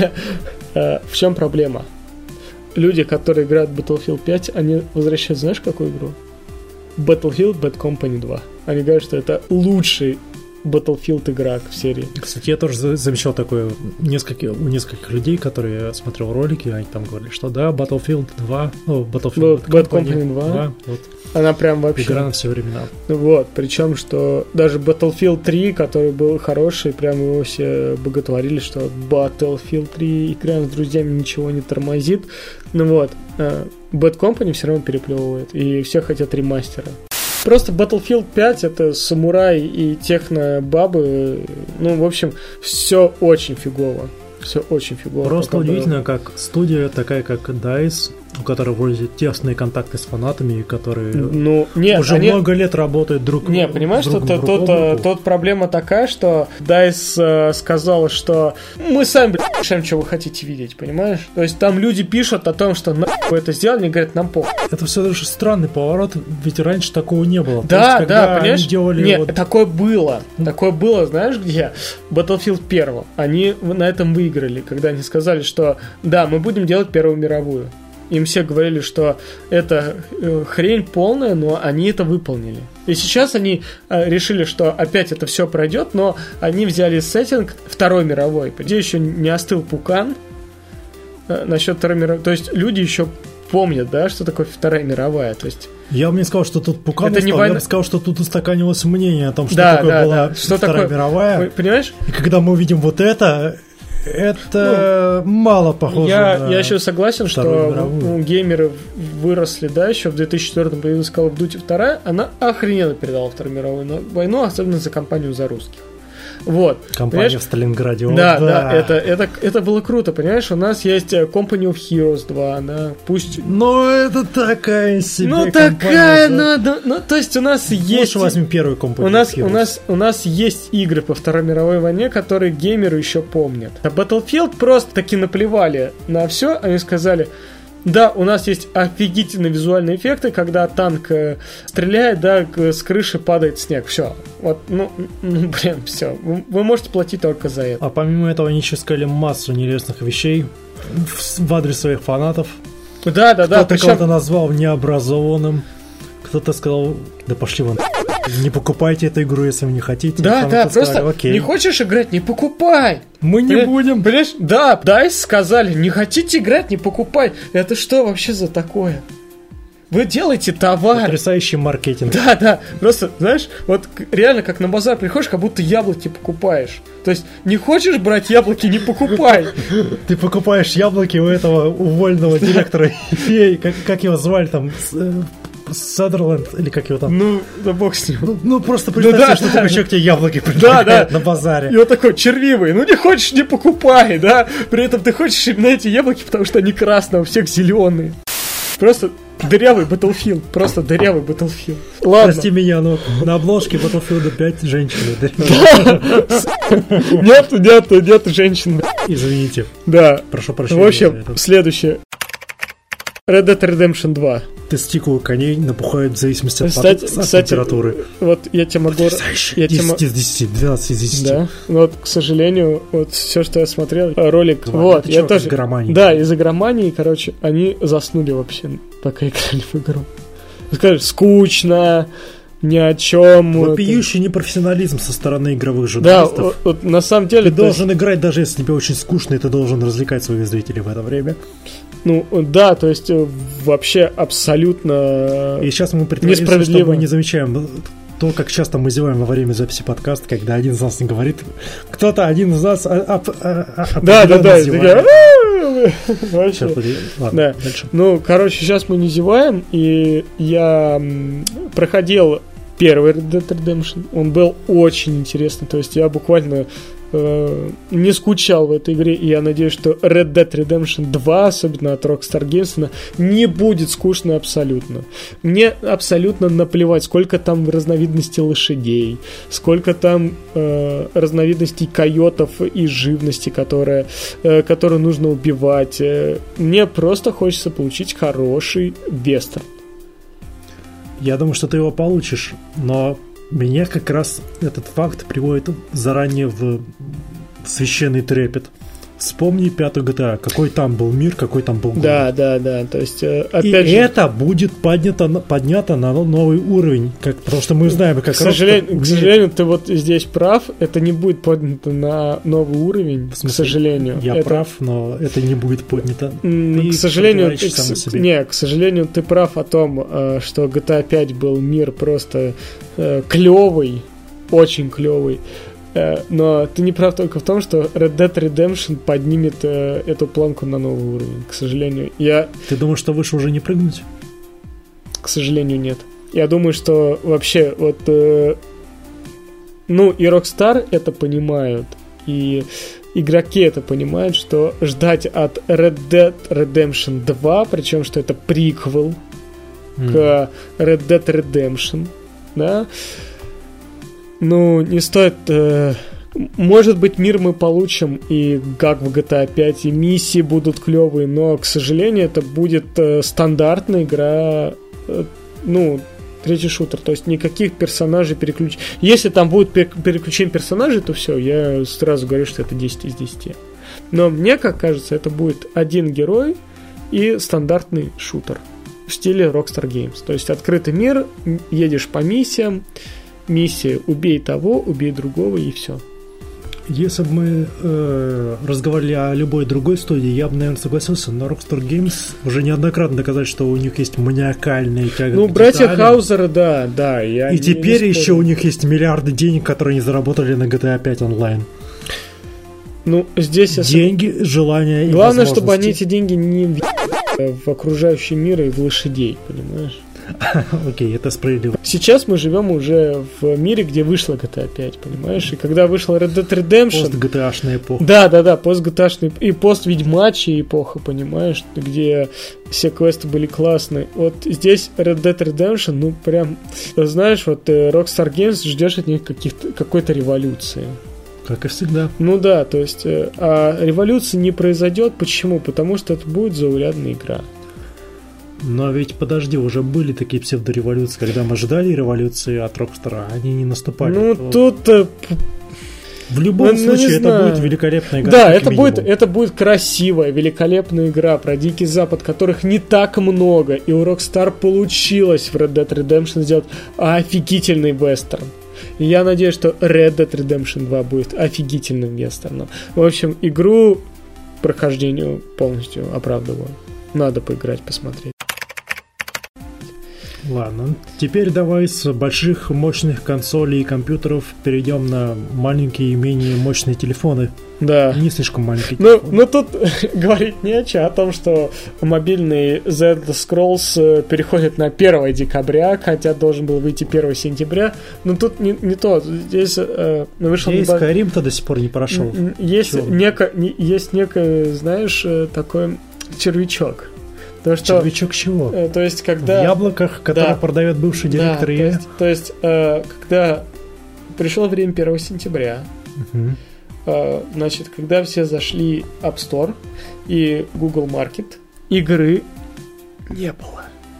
в чем проблема? Люди, которые играют в Battlefield 5, они возвращают, знаешь, какую игру? Battlefield Bad Company 2. Они говорят, что это лучший Battlefield игрок в серии. Кстати, я тоже замечал такое у нескольких людей, которые я смотрел ролики, они там говорили, что да, Battlefield 2, Battlefield Bad Company 2 вот. Она прям вообще... Игра на все времена. Вот, причем, что даже Battlefield 3, который был хороший, прям его все боготворили, что Battlefield 3 игра с друзьями ничего не тормозит. Ну вот, Bad Company все равно переплевывает, и все хотят ремастера. Просто Battlefield 5 это самурай и техно-бабы. Ну, в общем, все очень фигово. Все очень фигово. Просто удивительно, как студия такая, как DICE, у которой вроде тесные контакты с фанатами, которые уже много лет работают друг Не, понимаешь, что тут проблема такая, что DICE сказала, что мы сами, решаем, что вы хотите видеть, понимаешь? То есть там люди пишут о том, что нахуй вы это сделали, они говорят, нам похуй. Это все даже странный поворот, ведь раньше такого не было. Да, есть, да, понимаешь? Нет, такое было. Такое было, знаешь, где? Battlefield 1. Они на этом выиграли, когда они сказали, что да, мы будем делать Первую мировую. Им все говорили, что это хрень полная, но они это выполнили. И сейчас они решили, что опять это все пройдет, но они взяли сеттинг Второй мировой, где еще не остыл пукан насчет Второй мировой. То есть люди еще помнят, да, что такое Вторая мировая. То есть я бы не сказал, что тут пукан это я бы сказал, что тут устаканилось мнение о том, что такое была Вторая мировая. Понимаешь? И когда мы увидим вот это мало похоже на Я еще согласен, что геймеры выросли, да, еще в 2004 появилась Call of Duty 2, она охрененно передала Вторую мировую войну, особенно за кампанию за русских. Вот. Компания в Сталинграде. Да, это было круто, понимаешь? У нас есть Company of Heroes 2, да, пусть... Но это такая себе компания. То есть у нас есть... Лучше возьмем первую Company of Heroes. У нас есть игры по Второй мировой войне, которые геймеры еще помнят. А Battlefield просто таки наплевали на все, они сказали... Да, у нас есть офигительные визуальные эффекты, когда танк стреляет, да, с крыши падает снег. Все. Вот, все. Вы можете платить только за это. А помимо этого они еще сказали массу нелестных вещей в адрес своих фанатов. Да. Кто-то кого-то назвал необразованным. Кто-то сказал, да пошли вон, не покупайте эту игру, если вы не хотите. Да, просто сказали, не хочешь играть, не покупай. Мы не будем. Понимаешь? Да, DICE сказали, не хотите играть, не покупай. Это что вообще за такое? Вы делаете товар. Потрясающий маркетинг. Да, просто, знаешь, вот реально как на базар приходишь, как будто яблоки покупаешь. То есть, не хочешь брать яблоки, не покупай. Ты покупаешь яблоки у этого уволенного директора EA, как его звали там... Садерленд, или как его там? Да бог с ним. Ну просто представь, что такой человек тебе яблоки предлагает на базаре. И он такой, червивый, не хочешь, не покупай, да? При этом ты хочешь именно эти яблоки, потому что они красные, у всех зеленые. Просто дырявый Battlefield, Ладно. Прости меня, но на обложке Battlefield 5 женщины. Нет женщин. Извините. Да. Прошу прощения. В общем, следующее. Red Dead Redemption 2. тестикулы коней напухают в зависимости от кстати, температуры. Вот я тебе могу... 10 из 10, 12 из 10. Да, вот, к сожалению, вот все, что я смотрел, ролик... Ладно, вот, я тоже... Из игромании. Да, из игромании, короче, они заснули вообще, пока играли в игру. Скажешь, скучно, ни о чем. Вопиющий непрофессионализм со стороны игровых журналистов. Да, вот, на самом деле... Ты должен играть, даже если тебе очень скучно, и ты должен развлекать своих зрителей в это время. Ну, да, то есть вообще абсолютно и сейчас мы притворимся, что мы не замечаем то, как часто мы зеваем во время записи подкаста, когда один из нас не говорит, кто-то один из нас да, ладно, дальше. Ну, короче, сейчас мы не зеваем, и я проходил первый Red Dead Redemption, он был очень интересный, то есть я буквально не скучал в этой игре, и я надеюсь, что Red Dead Redemption 2, особенно от Rockstar Games, не будет скучно абсолютно. Мне абсолютно наплевать, сколько там разновидностей лошадей, сколько там разновидностей койотов и живности, которую нужно убивать. Мне просто хочется получить хороший вестерн. Я думаю, что ты его получишь, но меня как раз этот факт приводит заранее в священный трепет. Вспомни 5-ю GTA, какой там был мир, какой там был город. Да, то есть, опять и же... это будет поднято на новый уровень, потому что мы знаем, как... К сожалению, ты вот здесь прав, это не будет поднято на новый уровень, в смысле, к сожалению. Я прав, но это не будет поднято. К сожалению, ты прав о том, что GTA 5 был мир просто клевый, очень клевый. Но ты не прав только в том, что Red Dead Redemption поднимет эту планку на новый уровень. К сожалению, Ты думаешь, что выше уже не прыгнуть? К сожалению, нет. Я думаю, что вообще вот... и Rockstar это понимают, и игроки это понимают, что ждать от Red Dead Redemption 2, причем, что это приквел к Red Dead Redemption, да... не стоит... может быть, мир мы получим и как в GTA 5, и миссии будут клевые, но, к сожалению, это будет стандартная игра, третий шутер, то есть никаких персонажей переключений. Если там будет переключение персонажей, то все, я сразу говорю, что это 10 из 10. Но мне, как кажется, это будет один герой и стандартный шутер в стиле Rockstar Games. То есть открытый мир, едешь по миссиям, миссия «убей того, убей другого» и все. Если бы мы разговаривали о любой другой студии, я бы, наверное, согласился, но Rockstar Games уже неоднократно доказали, что у них есть маниакальная тяга к братья Хаузеры, да. И теперь еще у них есть миллиарды денег, которые они заработали на GTA 5 онлайн. Здесь... Деньги, желания и главное, чтобы они эти деньги не в окружающий мир и в лошадей, понимаешь? Окей, это справедливо. Сейчас мы живем уже в мире, где вышла GTA 5, понимаешь? И когда вышла Red Dead Redemption... Пост-GTA-шная эпоха. Да, пост-GTA-шная и пост-Ведьмачья эпоха, понимаешь? Где все квесты были классные. Вот здесь Red Dead Redemption, прям... Знаешь, вот Rockstar Games, ждешь от них какой-то революции. Как и всегда. Да, то есть... А революции не произойдет. Почему? Потому что это будет заурядная игра. Но ведь, подожди, уже были такие псевдореволюции, когда мы ждали революции от Rockstar, они не наступали. Тут... В любом случае, это будет великолепная игра. Да, это будет красивая, великолепная игра про Дикий Запад, которых не так много, и у Rockstar получилось в Red Dead Redemption сделать офигительный вестерн. И я надеюсь, что Red Dead Redemption 2 будет офигительным вестерном. В общем, игру прохождению полностью оправдываю. Надо поиграть, посмотреть. Ладно, теперь давай с больших мощных консолей и компьютеров перейдем на маленькие и менее мощные телефоны. Да. Не слишком маленькие телефоны. Тут говорить не о том, что мобильный The Elder Scrolls переходит на 1 декабря, хотя должен был выйти 1 сентября. Но тут не то. Здесь вышел... Skyrim-то до сих пор не прошел. Есть некое, знаешь, такой червячок. Червячок чего? То есть, когда... В яблоках, которые продает бывший директор EA? То есть, когда пришло время 1 сентября, значит, когда все зашли App Store и Google Market, игры не было.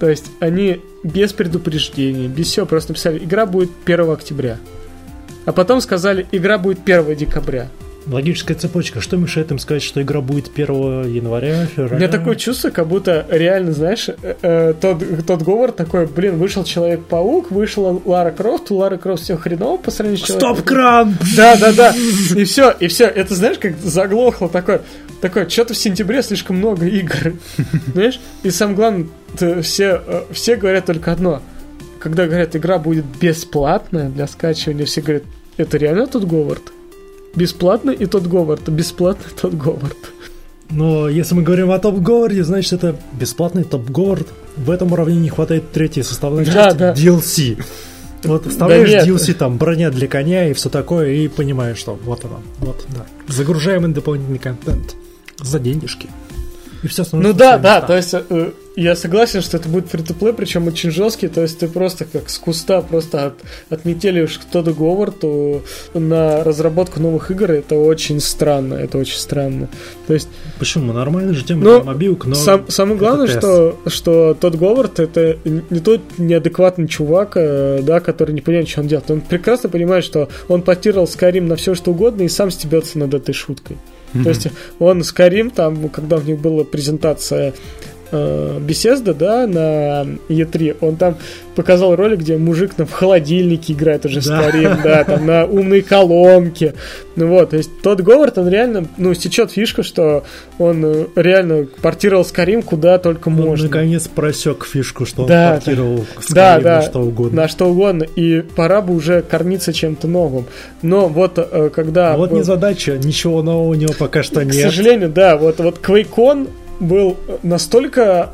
То есть они без предупреждения, без всего просто написали, игра будет 1 октября. А потом сказали, игра будет 1 декабря. Логическая цепочка. Что мешает им сказать, что игра будет 1 января, февраля? У меня такое чувство, как будто реально, знаешь, тот Говард такой, вышел Человек-паук, вышла Лара Крофт, у Лары Крофт все хреново по сравнению с Человеком. Стоп-кран! Да. И все. Это, знаешь, как заглохло такое, что-то в сентябре слишком много игр. Знаешь? И самое главное, все говорят только одно. Когда говорят, игра будет бесплатная для скачивания, все говорят, это реально тот Говард? Бесплатно и тот Говард, бесплатно и тот Говард. Но если мы говорим о Топ Говарде, значит это бесплатный Топ Говард. В этом уравнении не хватает третьей составной части DLC. Вот вставляешь DLC, там, броня для коня и все такое, и понимаешь, что вот оно, да. Загружаемый дополнительный контент за денежки. И все становится то есть я согласен, что это будет фри-то-плей, причем очень жесткий, то есть ты просто как с куста просто отметелишь кто-то Говард на разработку новых игр, это очень странно, То есть, почему? Нормальная же тема для мобилок, но... Самое главное, что тот Говард это не тот неадекватный чувак, да, который не понимает, что он делает. Он прекрасно понимает, что он портировал Skyrim на все что угодно и сам стебется над этой шуткой. То есть он Skyrim, там, когда у них была презентация Bethesda, да, на E3, он там показал ролик, где мужик в холодильнике играет уже Skyrim, да, там на умной колонке. То есть тот Говард, он реально, сечет фишку, что он реально портировал Skyrim куда только можно. Он наконец просек фишку, что он портировал Skyrim на что угодно. На что угодно, и пора бы уже кормиться чем-то новым. Но когда... незадача, ничего нового у него пока что нет. К сожалению, да, QuakeCon был настолько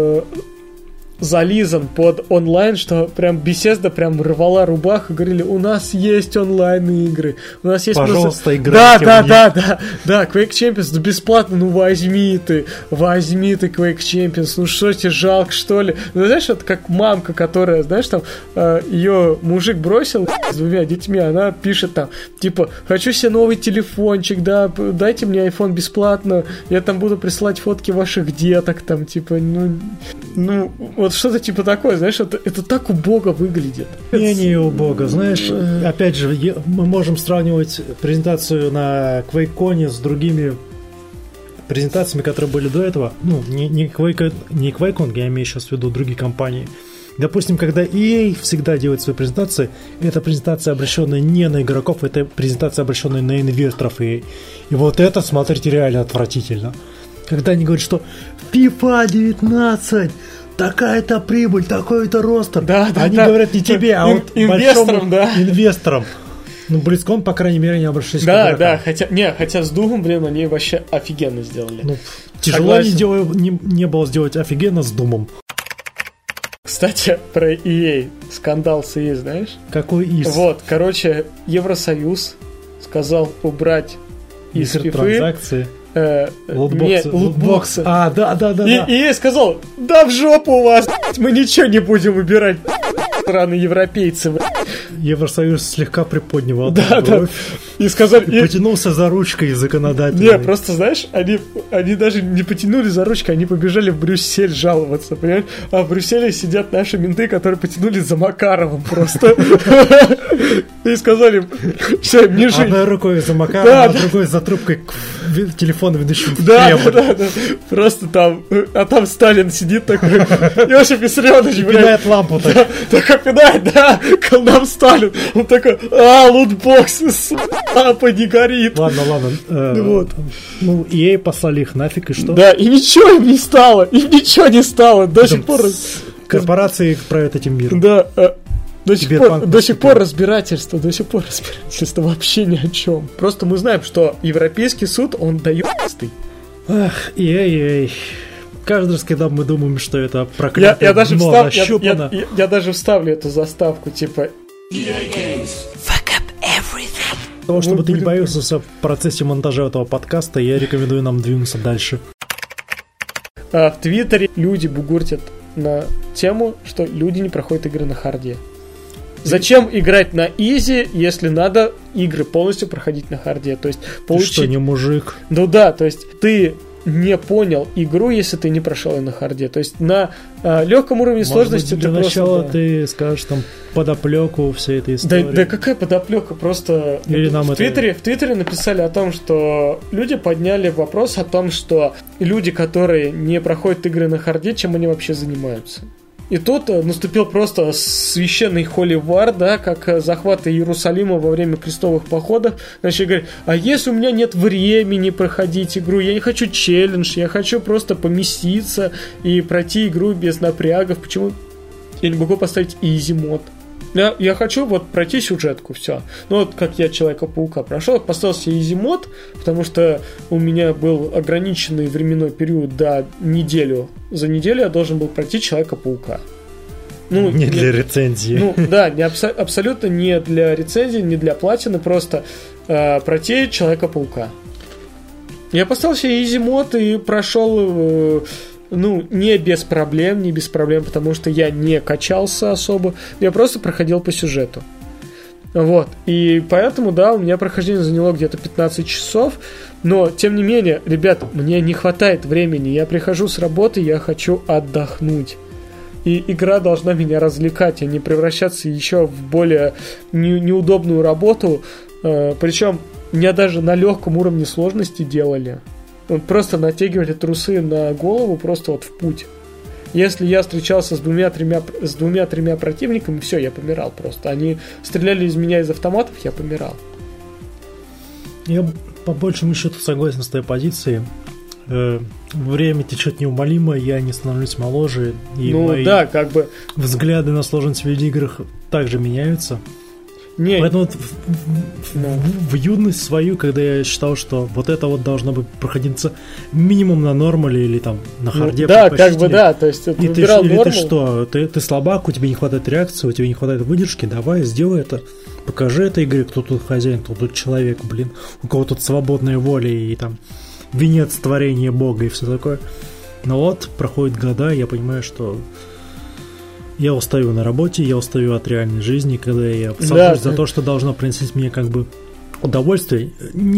зализан под онлайн, что прям Bethesda прям рвала рубаху и говорили, у нас есть онлайн-игры, у нас есть... Пожалуйста, играйте в них. Да, Quake Champions, бесплатно, возьми ты Quake Champions, что тебе жалко, что ли? Знаешь, это как мамка, которая, знаешь, там, ее мужик бросил с 2 детьми, она пишет там, типа, хочу себе новый телефончик, да, дайте мне iPhone бесплатно, я там буду присылать фотки ваших деток, там, типа, вот что-то типа такое, знаешь, это так убого выглядит. Не убого, знаешь, опять же, мы можем сравнивать презентацию на QuakeCon с другими презентациями, которые были до этого. Не QuakeCon, я имею сейчас в виду другие компании. Допустим, когда EA всегда делает свои презентации, это презентация, обращенная не на игроков, это презентация, обращенная на инвесторов EA. И вот это, смотрите, реально отвратительно. Когда они говорят, что FIFA 19, такая-то прибыль, такой-то ростер. Они говорят не тебе, а вот инвесторам, инвесторам. BlizzCon, по крайней мере, не обращались к игрокам. Да, хотя с Doom, они вообще офигенно сделали. Тяжело не было сделать офигенно с Doom. Кстати, про EA. Скандал с EA, знаешь? Какой из? Евросоюз сказал убрать из FIFA транзакции. Лутбоксы. Да. И я сказал, да в жопу у вас, мы ничего не будем убирать, страны европейцы. Евросоюз слегка приподнял бровь. И сказали... И потянулся за ручкой законодательной. Не, просто, знаешь, они даже не потянули за ручкой, они побежали в Брюссель жаловаться, понимаешь? А в Брюсселе сидят наши менты, которые потянули за Макаровым просто. И сказали, все, не жить. Одной рукой за Макаровым, а другой за трубкой телефона, ведущим в Кремль. Да. Просто там, а там Сталин сидит такой, Иосиф Виссарионович, пинает лампу так. Такой пинает, да, к нам Сталин. Он такой, лутбокс, папа не горит. Ладно. EA послали их нафиг, и что? Да, и ничего им не стало. До сих пор... Корпорации правят этим миром. Да, до сих пор разбирательство вообще ни о чем. Просто мы знаем, что Европейский суд, он доёбистый. Ах, EA. Каждый раз, когда мы думаем, что это проклятое дно нащупано... Я даже вставлю эту заставку, типа... Для того, чтобы ты не боялся в процессе монтажа этого подкаста, я рекомендую нам двинуться дальше. В Твиттере люди бугуртят на тему, что люди не проходят игры на харде. Зачем играть на изи, если надо игры полностью проходить на харде? То есть получить... Ты что, не мужик? Ну да, то есть ты не понял игру, если ты не прошел ее на харде. То есть на легком уровне сложности для начала ты скажешь там подоплеку всей этой истории. Да какая подоплека? Просто в Твиттере написали о том, что люди подняли вопрос о том, что люди, которые не проходят игры на харде, чем они вообще занимаются. И тут наступил просто священный холивар, да, как захват Иерусалима во время крестовых походов. Начали говорить, а если у меня нет времени проходить игру, я не хочу челлендж, я хочу просто поместиться и пройти игру без напрягов, почему я не могу поставить easy мод? Я хочу вот пройти сюжетку, все. Ну вот как я Человека-паука прошел, поставил себе easy мод, потому что у меня был ограниченный временной период до неделю. За неделю я должен был пройти Человека-паука. Ну, не для рецензии. Ну да, абсолютно не для рецензии, не для платины, просто пройти Человека-паука. Я поставил себе easy мод и прошел... не без проблем, потому что я не качался особо, я просто проходил по сюжету. Вот, и поэтому, да, у меня прохождение заняло где-то 15 часов, но, тем не менее, ребят, мне не хватает времени, я прихожу с работы, я хочу отдохнуть. И игра должна меня развлекать, а не превращаться еще в более неудобную работу, причем меня даже на легком уровне сложности делали. Вот просто натягивали трусы на голову просто вот в путь. Если я встречался с двумя-тремя противниками, все, я помирал просто. Они стреляли из меня из автоматов, я помирал. Я по большему счету согласен с твоей позицией. Время течет неумолимо, я не становлюсь моложе, и мои взгляды на сложность в видеоиграх также меняются. Поэтому в юность свою, когда я считал, что вот это вот должно быть проходиться минимум на нормале или там на харде. Да, как бы да, то есть ты выбирал нормал. Ты что, ты слабак, у тебя не хватает реакции, у тебя не хватает выдержки, давай, сделай это. Покажи этой игре, кто тут хозяин, кто тут человек, у кого тут свободная воля и там венец творения Бога и все такое. Но вот, проходят года, я понимаю, что я устаю на работе, я устаю от реальной жизни, когда я сажусь за то, что должно приносить мне как бы удовольствие.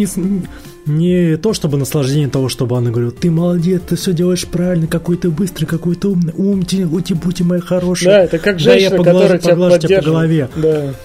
Не то, чтобы наслаждение того, чтобы она говорила, ты молодец, ты все делаешь правильно, какой ты быстрый, какой ты умный, ути-бути моя хорошая. Да, это как женщина, которая тебя поддерживает. По голове. Да.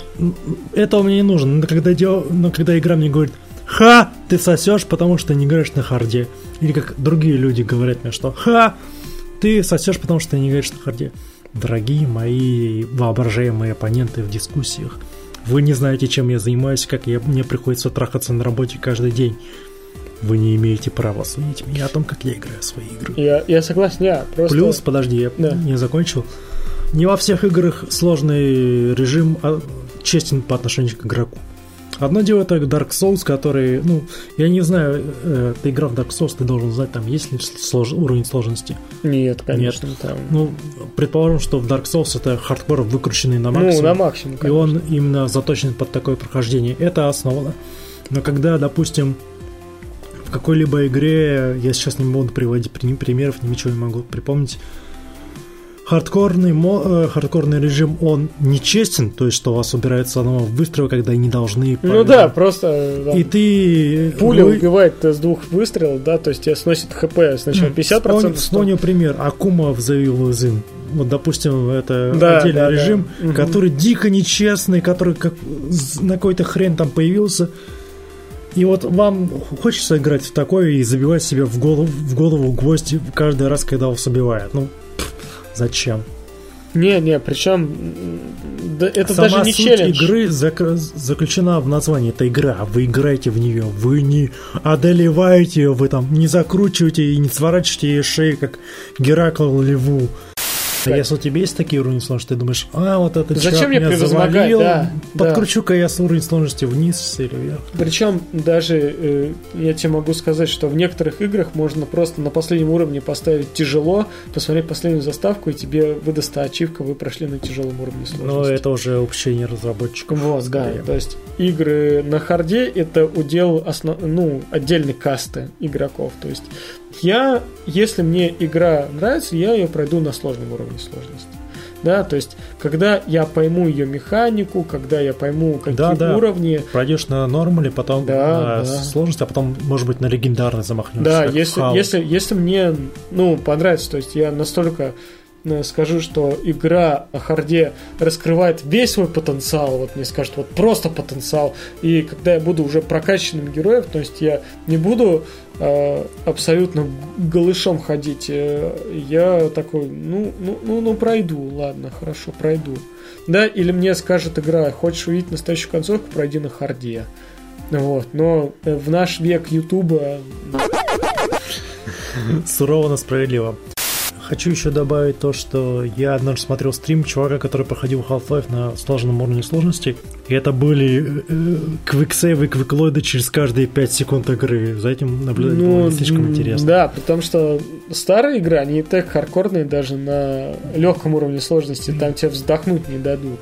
Этого мне не нужно. Но когда игра мне говорит, ха, ты сосешь, потому что не играешь на харде. Или как другие люди говорят мне, что ха, ты сосешь, потому что не играешь на харде. Дорогие мои воображаемые оппоненты в дискуссиях, вы не знаете, чем я занимаюсь, как мне приходится трахаться на работе каждый день. Вы не имеете права судить меня о том, как я играю в свои игры. Я согласен, просто... Плюс, подожди, я не закончил. Не во всех играх сложный режим честен по отношению к игроку. Одно дело это Dark Souls, который, я не знаю, ты играл в Dark Souls, ты должен знать, там есть ли уровень сложности. Нет, конечно. Нет. Там... предположим, что в Dark Souls это хардкор, выкрученный на максимум. На максимум, конечно. И он именно заточен под такое прохождение. Это основа. Но когда, допустим, в какой-либо игре, я сейчас не буду приводить примеров, ничего не могу припомнить, хардкорный режим, он нечестен, то есть, что у вас убираются снова выстрелы, когда не должны... просто... Да. И ты... Пуля убивает с 2 выстрелов, да, то есть тебя сносит хп сначала 50%. Вспомню пример. Акума в The Evil Within. Вот, допустим, это отдельный режим, который дико нечестный, который как на какой-то хрен там появился. И вот вам хочется играть в такое и забивать себе в голову гвозди каждый раз, когда вас убивают. Зачем? Не, причем это сама даже не суть челлендж. Игры заключена в названии. Это игра, вы играете в нее, вы не одолеваете ее, вы там не закручиваете и не сворачиваете ей шею, как Геракл льву. Если у тебя есть такие уровни сложности, ты думаешь, вот этот зачем меня завалил, подкручу-ка да. я с уровень сложности вниз или вверх. Причем даже я тебе могу сказать, что в некоторых играх можно просто на последнем уровне поставить тяжело, посмотреть последнюю заставку, и тебе выдастся ачивка, вы прошли на тяжелом уровне сложности. Но это уже упущение разработчиков. Вот, да. То есть игры на харде это удел отдельной касты игроков. То есть если мне игра нравится, я ее пройду на сложном уровне сложности. Да, то есть, когда я пойму ее механику, когда я пойму, какие уровни... Пройдешь на нормале, потом на сложность, а потом, может быть, на легендарный замахнешься. Да, если мне, понравится, то есть я настолько скажу, что игра на харде раскрывает весь свой потенциал, вот мне скажут, вот просто потенциал, и когда я буду уже прокачанным героем, то есть я не буду абсолютно голышом ходить, я такой, пройду, ладно, хорошо, пройду. Да, или мне скажет игра, хочешь увидеть настоящую концовку, пройди на харде. Вот, но в наш век Ютуба... Сурово, но справедливо. Хочу еще добавить то, что я однажды смотрел стрим чувака, который проходил Half-Life на сложном уровне сложности, и это были квиксейвы, квиклойды через каждые 5 секунд игры. За этим наблюдать было не слишком интересно. Да, потому что старые игры, они и так хардкорные даже на легком уровне сложности, там тебе вздохнуть не дадут.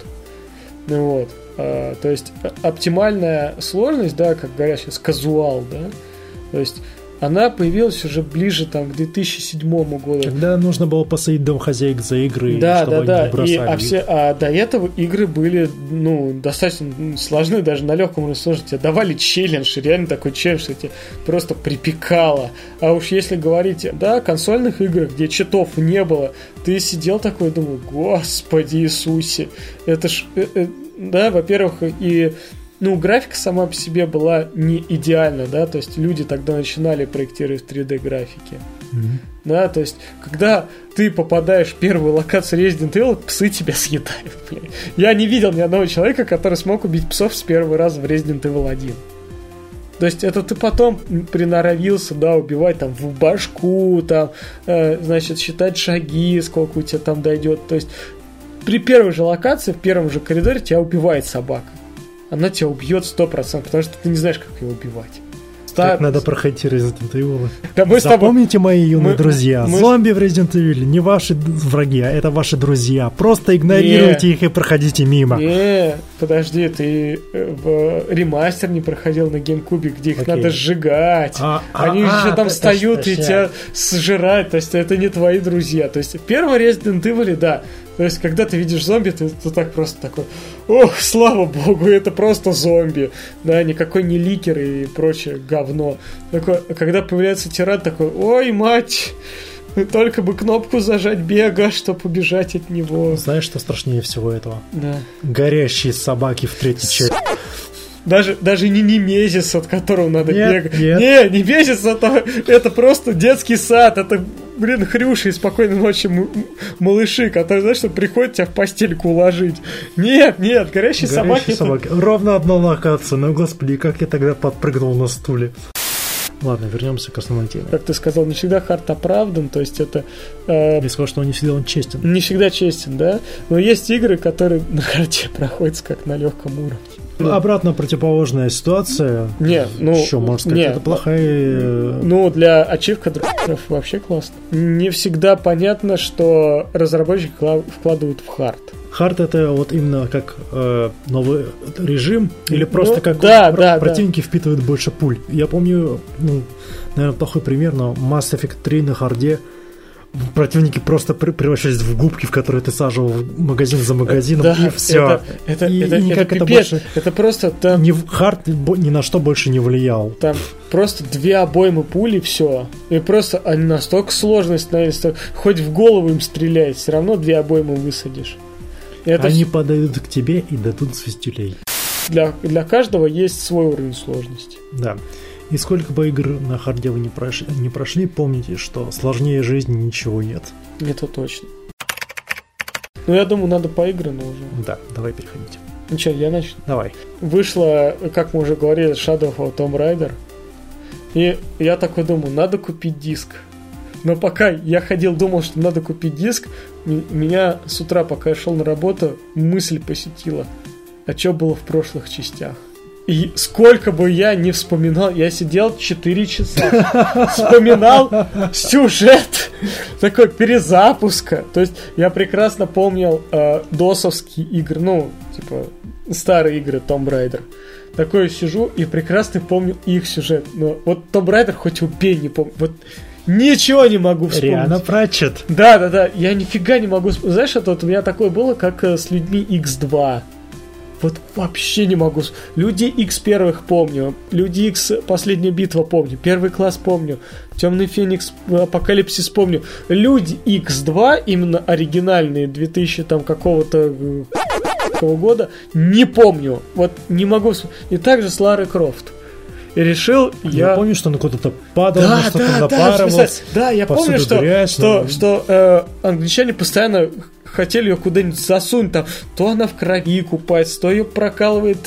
Вот. То есть оптимальная сложность, да, как говорят сейчас, казуал, да, то есть она появилась уже ближе там, к 2007 году. Когда нужно было посадить домохозяек за игры, чтобы они не бросали. А до этого игры были достаточно сложны, даже на легком уровне сложности. Давали челлендж, реально такой челлендж, что тебе просто припекало. А уж если говорить, да, консольных играх, где читов не было, ты сидел такой и думал, Господи Иисусе, это ж... Да, во-первых, и... графика сама по себе была не идеальна, да, то есть люди тогда начинали проектировать 3D-графики. Да, то есть, когда ты попадаешь в первую локацию Resident Evil, псы тебя съедают, блин. Я не видел ни одного человека, который смог убить псов с первого раза в Resident Evil 1. То есть, это ты потом приноровился, да, убивать там в башку, там, считать шаги, сколько у тебя там дойдет. То есть, при первой же локации, в первом же коридоре тебя убивает собака. Она тебя убьет 100%, потому что ты не знаешь, как ее убивать. Так надо проходить Resident Evil. Да, запомните, мои юные друзья, зомби в Resident Evil не ваши враги, а это ваши друзья. Просто игнорируйте их и проходите мимо. Подожди, ты в ремастер не проходил на GameCube, где их надо сжигать. Они еще там встают и тебя сжирают, то есть это не твои друзья. То есть в первом Resident Evil, да, то есть, когда ты видишь зомби, ты так просто такой, ох, слава богу, это просто зомби. Да, никакой не ликер и прочее говно. Такой, когда появляется тиран, такой, ой, мать, только бы кнопку зажать бега, чтобы убежать от него. Знаешь, что страшнее всего этого? Да. Горящие собаки в третьей части. Даже не Немезис, от которого надо бегать. Нет. Не Немезис, это просто детский сад, это... хрюши и спокойной ночи малыши, которые, знаешь, что приходят тебя в постельку уложить. Нет, горящие собаки. Ровно одна локация, но, господи, как я тогда подпрыгнул на стуле. Ладно, вернемся к основной теме. Как ты сказал, не всегда хард оправдан, то есть это... Я сказал, что не всегда он честен. Не всегда честен, да? Но есть игры, которые на харде проходят как на легком уровне. Обратно противоположная ситуация. Еще можно сказать, это плохая... для ачивка дрочеров вообще классно. Не всегда понятно, что разработчики вкладывают в хард. Хард это вот именно как новый режим или просто как противники впитывают больше пуль. Я помню, наверное, плохой пример, но Mass Effect 3 на харде противники просто превращались в губки, в которые ты саживал магазин за магазином, и все. Это пипец. Это просто там... Хард ни на что больше не влиял. Там просто 2 обоймы пули, все. И просто они настолько сложные становились, что хоть в голову им стреляй, все равно 2 обоймы высадишь. Они подойдут к тебе и дадут звездюлей. Для каждого есть свой уровень сложности. Да. И сколько бы игр на харде вы не прошли, помните, что сложнее жизни ничего нет. Это точно. Я думаю, надо поиграно уже. Да, давай переходить. Ну что, я начну? Давай. Вышла, как мы уже говорили, Shadow of Tomb Raider. И я такой думаю, надо купить диск. Но пока я думал, что надо купить диск, меня с утра, пока я шел на работу, мысль посетила. А что было в прошлых частях? И сколько бы я ни вспоминал, я сидел 4 часа, вспоминал сюжет такой перезапуска. То есть я прекрасно помнил досовские игры, старые игры Tomb Raider. Такой сижу и прекрасно помню их сюжет. Но вот Tomb Raider хоть убей, не помню. Вот Ничего не могу вспомнить. Риана Пратчетт. Да, я нифига не могу вспомнить. Знаешь, это вот у меня такое было, как с Людьми X2. Вот вообще не могу. Люди X первых помню. Люди X Последняя битва помню. Первый класс помню. Темный Феникс, Апокалипсис помню. Люди X2, именно оригинальные 2000 там какого-то года, не помню. Вот не могу вспомнить. И также с Ларой Крофт. И решил я... помню, что он куда-то падал, что-то напарывался. Да, я помню, что англичане постоянно хотели ее куда-нибудь засунуть, там, то она в крови купается, то ее прокалывает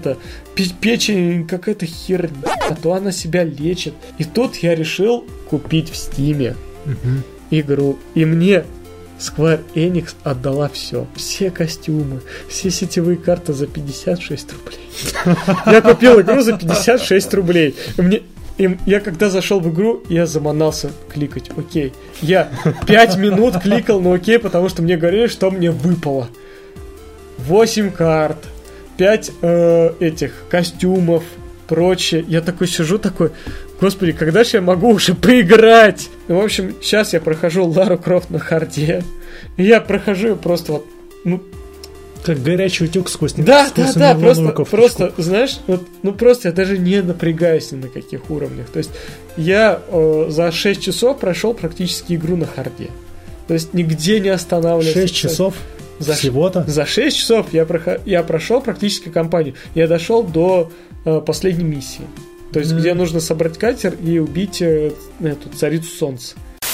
печень какая-то херня, то она себя лечит. И тут я решил купить в Стиме игру. И мне Square Enix отдала все костюмы, все сетевые карты за 56 рублей. Я купил игру за 56 рублей. Я когда зашел в игру, я заманался кликать окей. Я 5 минут кликал на окей, потому что мне говорили, что мне выпало. 8 карт, 5 этих костюмов, прочее. Я такой сижу, господи, когда же я могу уже поиграть? Ну, в общем, сейчас я прохожу Лару Крофт на харде. И я прохожу ее просто вот, как горячий утюг сквозь просто, знаешь, просто я даже не напрягаюсь ни на каких уровнях. То есть я за 6 часов прошел практически игру на харде. То есть нигде не останавливался. 6 часов? Всего-то? За 6 часов я прошел практически кампанию. Я дошел до последней миссии. То есть где нужно собрать катер и убить эту царицу солнца.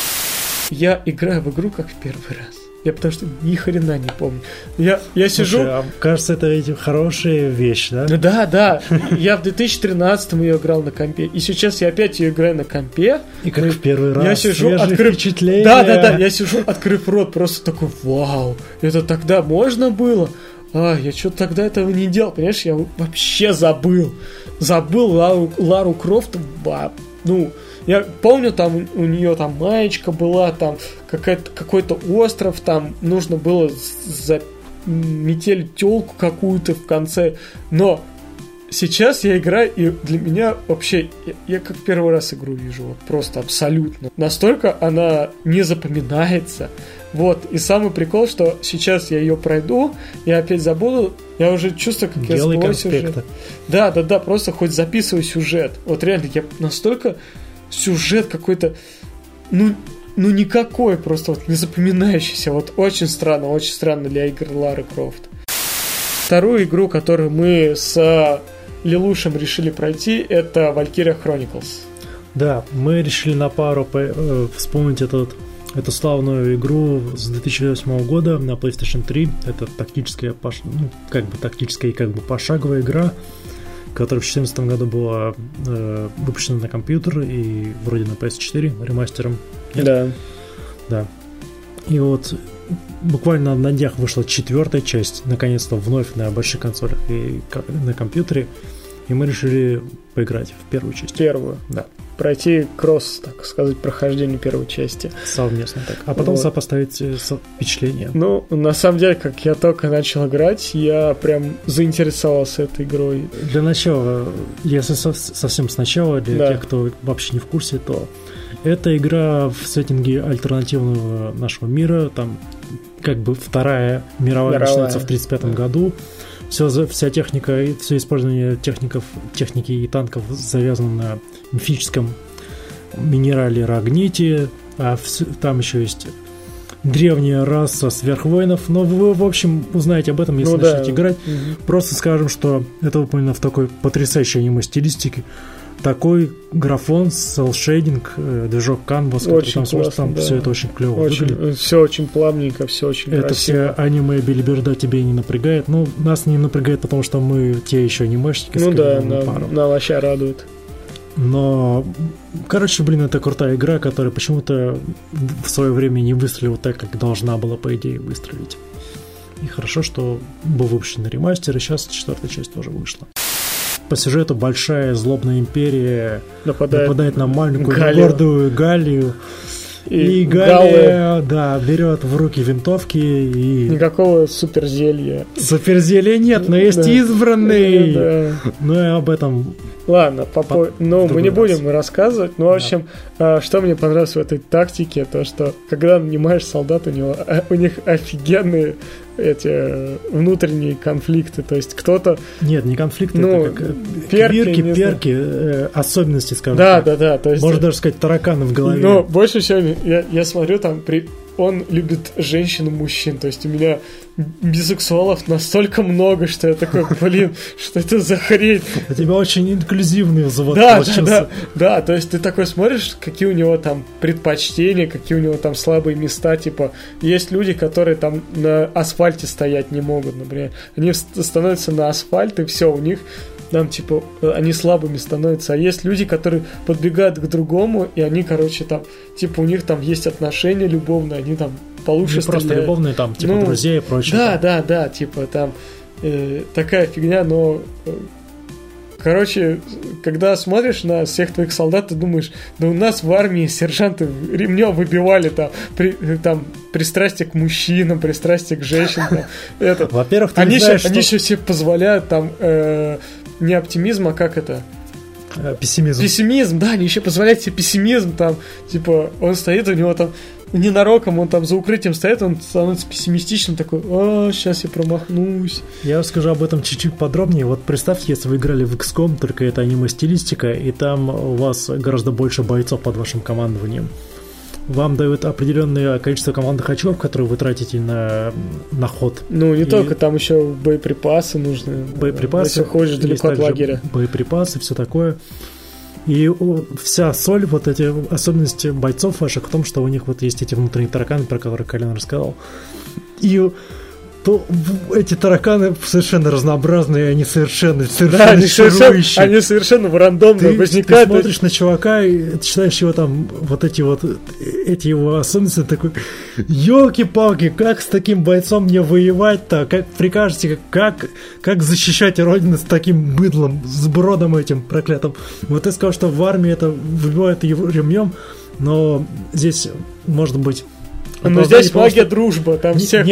Я играю в игру как в первый раз. Я потому что ни хрена не помню. Я сижу... Слушай, кажется, это ведь хорошая вещь, да? Да. Я в 2013-м ее играл на компе. И сейчас я опять ее играю на компе. И как в первый раз. Я сижу, впечатления. Да. Я сижу, открыв рот, просто такой, вау, это тогда можно было? Я что-то тогда этого не делал. Понимаешь, я вообще забыл. Забыл Лару Крофт. Я помню, там у нее там маечка была, там какой-то остров, там нужно было заметелить тёлку какую-то в конце. Но сейчас я играю, и для меня вообще, я как первый раз игру вижу, вот просто абсолютно. Настолько она не запоминается. Вот, и самый прикол, что сейчас я ее пройду, я опять забуду, я уже чувствую, как я сквозь сюжет. Да, просто хоть записывай сюжет. Вот реально, я настолько... Сюжет какой-то, никакой, просто вот не запоминающийся. Вот очень странно для игр Лары Крофт. Вторую игру, которую мы с Лилушем решили пройти, это Valkyria Chronicles. Да, мы решили на пару вспомнить эту славную игру с 2008 года на PlayStation 3. Это тактическая, тактическая и пошаговая игра, которая в 2014 году была выпущена на компьютер и вроде на PS4 ремастером. Нет? Да. И вот буквально на днях вышла 4-я часть, наконец-то вновь на больших консолях и на компьютере. И мы решили поиграть в первую часть. Первую, да. Пройти кросс, так сказать, прохождение первой части. Совместно так. А потом сопоставить впечатления. На самом деле, как я только начал играть, я прям заинтересовался этой игрой. Для начала, если совсем сначала, для тех, кто вообще не в курсе, то это игра в сеттинге альтернативного нашего мира. Там Вторая мировая начинается в 1935 году. Вся техника и все использование техники и танков завязано на мифическом минерале рагните, а там еще есть древняя раса сверхвоинов. Но вы, в общем, узнаете об этом, если начнете играть. Просто скажем, что это выполнено в такой потрясающей аниме-стилистике. Такой графон, селшейдинг, движок Canvas, там все это очень клево выглядит. Все очень плавненько, все очень красиво. Это все аниме Билиберда тебе не напрягает. Нас не напрягает, потому что мы те еще анимешники. На вообще радует. Но, это крутая игра, которая почему-то в свое время не выстрелила так, как должна была, по идее, выстрелить. И хорошо, что был выпущен ремастер, и сейчас 4-я часть тоже вышла. По сюжету большая злобная империя нападает на маленькую гордую Галлию. И Галлия, берет в руки винтовки и... Никакого суперзелья. Суперзелья нет, но есть избранный. Но и об этом Ладно, мы не будем рассказывать. Ну, в Да. общем, что мне понравилось в этой тактике, то что когда нанимаешь солдат, у них офигенные эти внутренние конфликты. То есть кто-то... Нет, не конфликты, Ну, это как перки, особенности, скажем Да, так. да. То есть, Можно даже сказать, тараканы в голове. но больше всего я смотрю там он любит женщин и мужчин. То есть у меня бисексуалов настолько много, что я такой, блин, что это за хрень? У тебя очень инклюзивный завод Да, получился. да, то есть ты такой смотришь, какие у него там предпочтения, какие у него там слабые места, типа, есть люди, которые там на асфальте стоять не могут, например, они становятся на асфальт, и все, у них там, типа, они слабыми становятся, а есть люди, которые подбегают к другому, и они, короче, там, типа, у них там есть отношения любовные, они там получше Не просто стреляют. любовные, там, типа, Ну, друзей и прочее. Да, типа, там такая фигня, но короче, когда смотришь на всех твоих солдат, ты думаешь, да у нас в армии сержанты ремнем выбивали там пристрастие к мужчинам, пристрастие к женщинам. Во-первых, ты Они не знаешь, еще себе позволяют там не оптимизм, а как это? Пессимизм. Пессимизм, да, они еще позволяют себе пессимизм, там, типа, он стоит, у него там ненароком, он там за укрытием стоит, он становится пессимистичным, такой, сейчас я промахнусь. Я расскажу об этом чуть-чуть подробнее. Вот представьте, если вы играли в XCOM, только это аниме-стилистика, и там у вас гораздо больше бойцов под вашим командованием. Вам дают определенное количество командных очков, которые вы тратите на ход. Ну, не только, там еще боеприпасы нужны. Боеприпасы. Если ходишь далеко от лагеря. Боеприпасы, все такое. И вся соль, вот эти особенности бойцов ваших в том, что у них вот есть эти внутренние тараканы, про которые Колян рассказал. И то эти тараканы совершенно разнообразные, они совершенно чарующие. Они совершенно рандомно возникают. Ты смотришь на чувака и читаешь его там, вот эти его особенности, такой, елки-палки, как с таким бойцом мне воевать-то? Как прикажете, как защищать родину с таким быдлом, с бродом этим проклятым? Вот ты сказал, что в армии это выбивают его ремнем, но здесь может быть... Но здесь магия дружба, там всех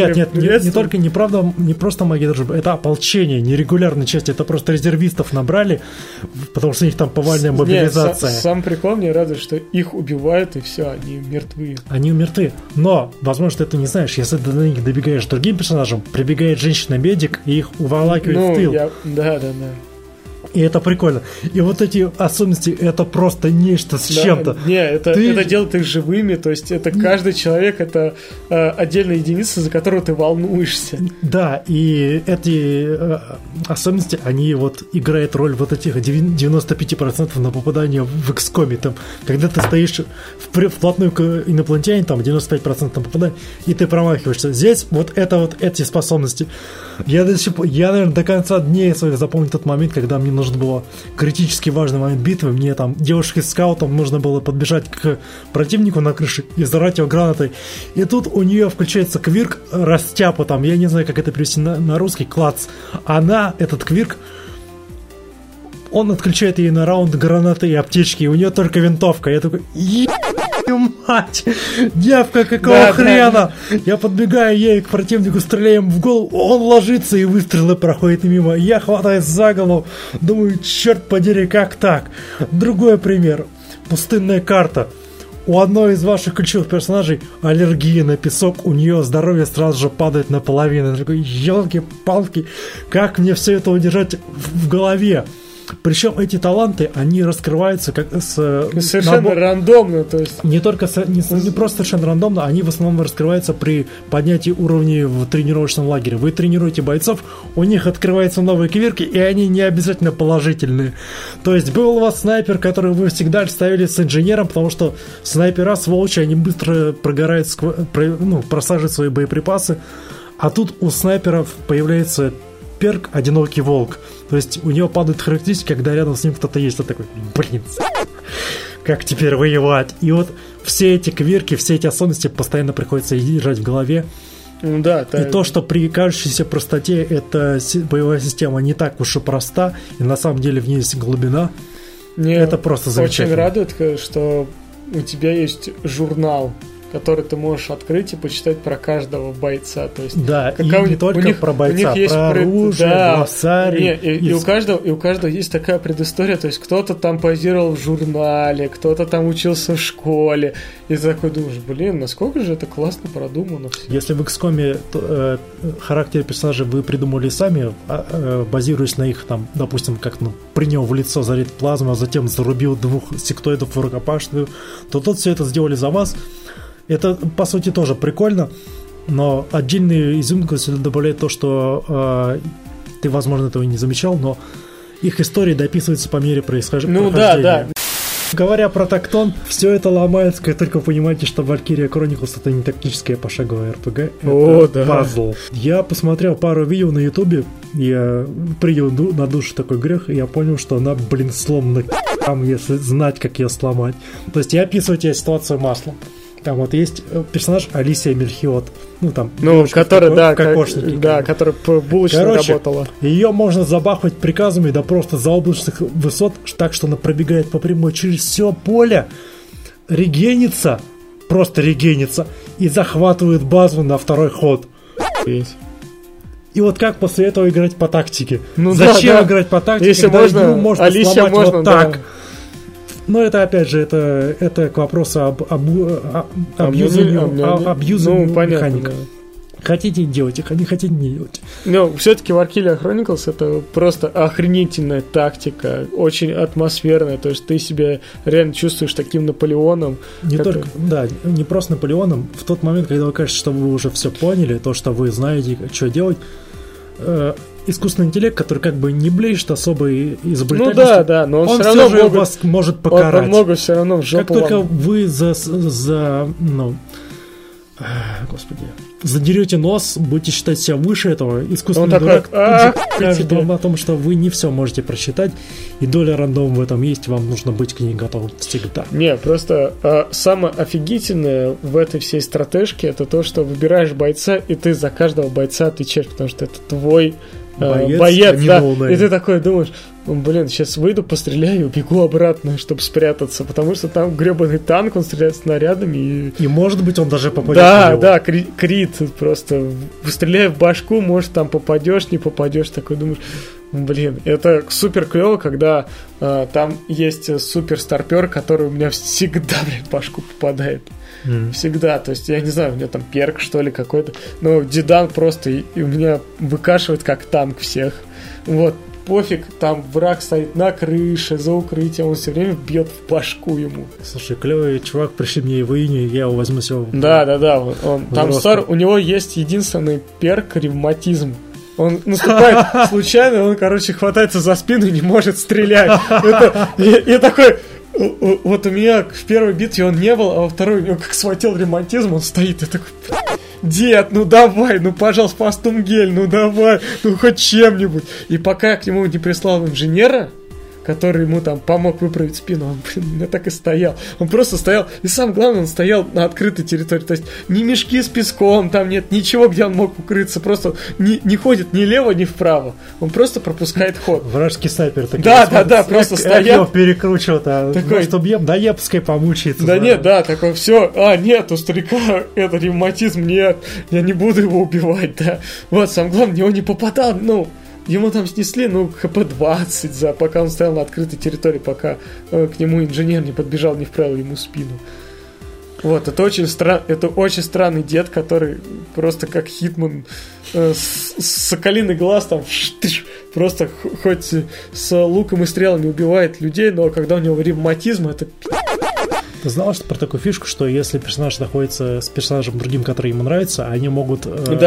не просто магия дружбы, это ополчение, нерегулярные части, это просто резервистов набрали, потому что у них там повальная мобилизация. Сам прикол мне радует, что их убивают, и все, они мертвы. Они мертвы, но, возможно, ты это не знаешь, если ты до них добегаешь другим персонажем, прибегает женщина-медик и их уволакивает в тыл. Да. И это прикольно. И вот эти особенности, это просто нечто с чем-то. Не, это делает их живыми, то есть это каждый человек, это отдельная единица, за которую ты волнуешься. Да, и эти особенности, они вот играют роль вот этих 95% на попадание в XCOM. Там, когда ты стоишь вплотную к инопланетяне, там 95% на попадание, и ты промахиваешься. Здесь вот эти способности. Я, наверное, до конца дней своих запомню тот момент, когда мне нужно было критически важный момент битвы. Мне там девушке-скаутом нужно было подбежать к противнику на крыше и взорвать его гранатой. И тут у нее включается квирк, растяпа там, я не знаю, как это перевести на русский, клац. Этот квирк, он отключает ей на раунд гранаты и аптечки, и у нее только винтовка. Я такой, мать, девка, какого хрена? Да. Я подбегаю ей к противнику, стреляем в голову, он ложится, и выстрелы проходят мимо. Я хватаюсь за голову, думаю, черт подери, как так? Другой пример. Пустынная карта. У одной из ваших ключевых персонажей аллергия на песок, у нее здоровье сразу же падает наполовину. Я такой, елки-палки, как мне все это удержать в голове? Причем эти таланты, они раскрываются как совершенно рандомно, то есть не просто совершенно рандомно, они в основном раскрываются при поднятии уровней в тренировочном лагере. Вы тренируете бойцов, у них открываются новые квирки, и они не обязательно положительные. То есть был у вас снайпер, который вы всегда ставили с инженером, потому что снайпера, сволочи, они быстро прогорают, просаживают свои боеприпасы, а тут у снайперов появляется перк «Одинокий волк». То есть у него падают характеристики, когда рядом с ним кто-то есть. Он такой, блин, как теперь воевать? И вот все эти квирки, все эти особенности постоянно приходится держать в голове. Да, и то, что при кажущейся простоте эта боевая система не так уж и проста, и на самом деле в ней есть глубина, это просто замечательно. Очень радует, что у тебя есть журнал. который ты можешь открыть и почитать про каждого бойца. То есть, да, и не только про бойца, про оружие, глоссарий. И у каждого есть такая предыстория, то есть кто-то там позировал в журнале, кто-то там учился в школе, и ты такой думаешь, блин, насколько же это классно продумано все. Если в XCOM характер персонажей вы придумали сами, базируясь на их, там, допустим, как принял в лицо заряд плазмы, а затем зарубил 2 сектоидов в рукопашную, то тут все это сделали за вас. Это, по сути, тоже прикольно, но отдельную изюминку сюда добавляет то, что ты, возможно, этого и не замечал, но их истории дописываются по мере прохождения. Ну да. Говоря про тактон, все это ломается, как только вы понимаете, что Valkyria Chronicles это не тактическая пошаговая RPG, это пазл. Я посмотрел пару видео на ютубе, я принял на душу такой грех, и я понял, что она, сломана там, если знать, как ее сломать. То есть я описываю тебе ситуацию маслом. Там вот есть персонаж Алисия Мельхиот. Которая, кокошники. Да, которая булочной работала. Ее можно забахивать приказами до просто заоблачных высот, так что она пробегает по прямой через все поле, регенится и захватывает базу на второй ход. И вот как после этого играть по тактике? Зачем играть по тактике, если когда можно, игру можно Алисия сломать можно, вот так? Но это, опять же, это к вопросу об абьюзу механик. Да. Хотите делайте, не хотите не делайте. Но все-таки Valkyria Chronicles это просто охренительная тактика, очень атмосферная, то есть ты себя реально чувствуешь таким Наполеоном. Не просто Наполеоном. В тот момент, когда вы кажется, что вы уже все поняли, то, что вы знаете, что делать, искусственный интеллект, который как бы не блещет особой изобретательностью, но он все равно вас может покарать. Он много все равно в жопу. Как только вы задерете нос, будете считать себя выше этого, искусственный дурак скажет вам о том, что вы не все можете просчитать, и доля рандома в этом есть, вам нужно быть к ней готовым всегда. Не, просто самое офигительное в этой всей стратежке это то, что выбираешь бойца, и ты за каждого бойца отвечаешь, потому что это твой боец, да. И ты такой думаешь, сейчас выйду, постреляю, убегу обратно, чтобы спрятаться, потому что там гребаный танк, он стреляет снарядами и может быть он даже попадет. Да, крит просто. Стреляя в башку, может там попадешь, не попадешь, такой думаешь, это супер клево, когда там есть супер старпер, который у меня всегда, в башку попадает. Всегда, то есть, я не знаю, у меня там перк, что ли, какой-то, но Дидан просто и у меня выкашивает как танк всех. Пофиг, там враг стоит на крыше, за укрытием, он все время бьет в башку ему. Слушай, клевый чувак, пришли мне в июне, я его возьму себе. Да, он там у него есть единственный перк ревматизм. Он наступает случайно, он, хватается за спину и не может стрелять. Я такой... Вот у меня в первой битве он не был, а во второй у него как схватил ревматизм, он стоит и такой... Дед, давай, пожалуйста, Фастумгель, давай, хоть чем-нибудь. И пока я к нему не прислал инженера, который ему там помог выправить спину, он, у меня так и стоял. Он просто стоял, и самое главное, он стоял на открытой территории, то есть ни мешки с песком, там нет ничего, где он мог укрыться, просто не ходит ни влево, ни вправо. Он просто пропускает ход. Вражеский снайпер такой. Да, просто стоял. Перекручивал, может убьем, да я пускай помучается. Да нет, такой, все, нет, у старика это ревматизм, нет, я не буду его убивать, да. Самое главное, в него не попадал, ему там снесли, хп 20, пока он стоял на открытой территории, пока к нему инженер не подбежал, не вправил ему спину. Это очень странный дед, который просто как Хитман соколиный глаз там просто хоть с луком и стрелами убивает людей, но когда у него ревматизм, это... Ты знал, что про такую фишку, что если персонаж находится с персонажем другим, который ему нравится, они могут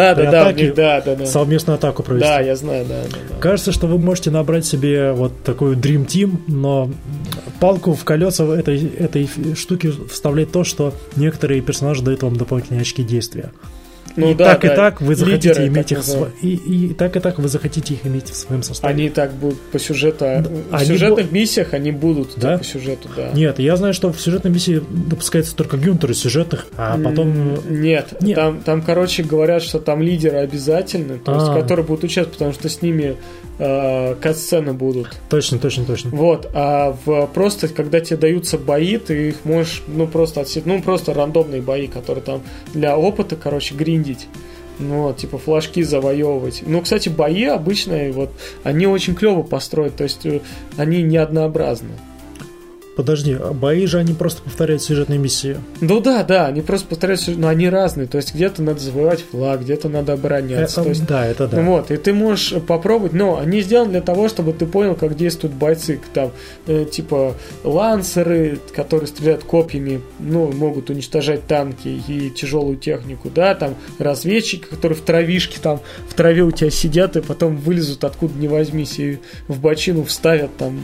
совместную атаку провести. Да, я знаю, да. Кажется, что вы можете набрать себе вот такую Dream Team, но палку в колеса этой штуки вставляет то, что некоторые персонажи дают вам дополнительные очки действия. Ну, и да, так, и так вы захотите лидеры, иметь так их и так вы захотите их иметь в своем составе. Они так будут по сюжету. В Они сюжетных миссиях они будут Да? по сюжету, да. Нет, я знаю, что в сюжетной миссии допускается только Гюнтер из сюжетных, а потом... Нет. Там, короче, говорят, что там лидеры обязательны, то есть, которые будут участвовать, потому что с ними кат-сцены будут. Точно. Вот, просто когда тебе даются бои, ты их можешь, просто рандомные бои, которые там для опыта, короче, гриндить. Типа флажки завоевывать. Кстати, бои обычные, они очень клево построены, то есть они не однообразны. Подожди, а бои же они просто повторяют сюжетные миссии. Ну да, они просто повторяют, но они разные. То есть где-то надо завоевать флаг, где-то надо обороняться. Это да. Вот, и ты можешь попробовать, но они сделаны для того, чтобы ты понял, как действуют бойцы. Там, типа, лансеры, которые стреляют копьями, могут уничтожать танки и тяжелую технику, да, там разведчики, которые в травишке, там, в траве у тебя сидят и потом вылезут откуда ни возьмись и в бочину вставят там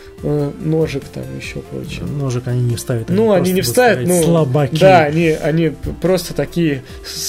ножик там еще прочее. Ножик они не вставят. Они не вставят, слабаки. Да, они просто такие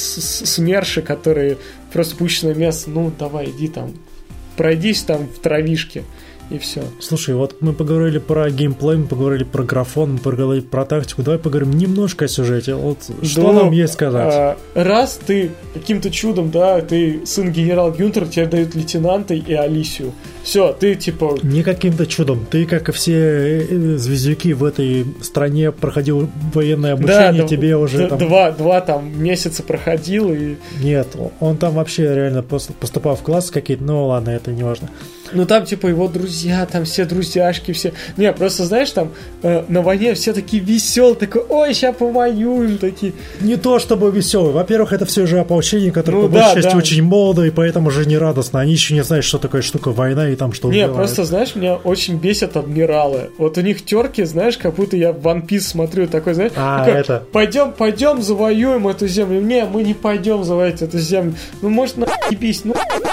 смерши, которые просто пущенное мясо. Давай, иди там, пройдись там в травишке. И все. Слушай, вот мы поговорили про геймплей, мы поговорили про графон, мы поговорили про тактику. Давай поговорим немножко о сюжете. Что нам есть сказать? Раз ты каким-то чудом, да, ты сын генерала Гюнтера, тебе дают лейтенанта и Алисию. Все, ты типа... Не каким-то чудом. Ты, как и все звездюки в этой стране, проходил военное обучение, тебе уже там... Два там месяца проходил и... Нет, он там вообще реально поступал в классы какие-то, ладно, это не важно. Там, типа, его друзья, там все друзьяшки, все... Не, просто, знаешь, там на войне все такие веселые, такой, ой, сейчас повоюем, такие... Не то чтобы веселые. Во-первых, это все же ополчение, которое, по большей части, очень молодо, и поэтому же не радостно. Они еще не знают, что такое штука война и там что убивают. Не, просто, знаешь, меня очень бесят адмиралы. Вот у них терки, знаешь, как будто я в One Piece смотрю, такой, знаешь... это... Пойдем завоюем эту землю. Не, мы не пойдем завоевать эту землю. Может, нахибись,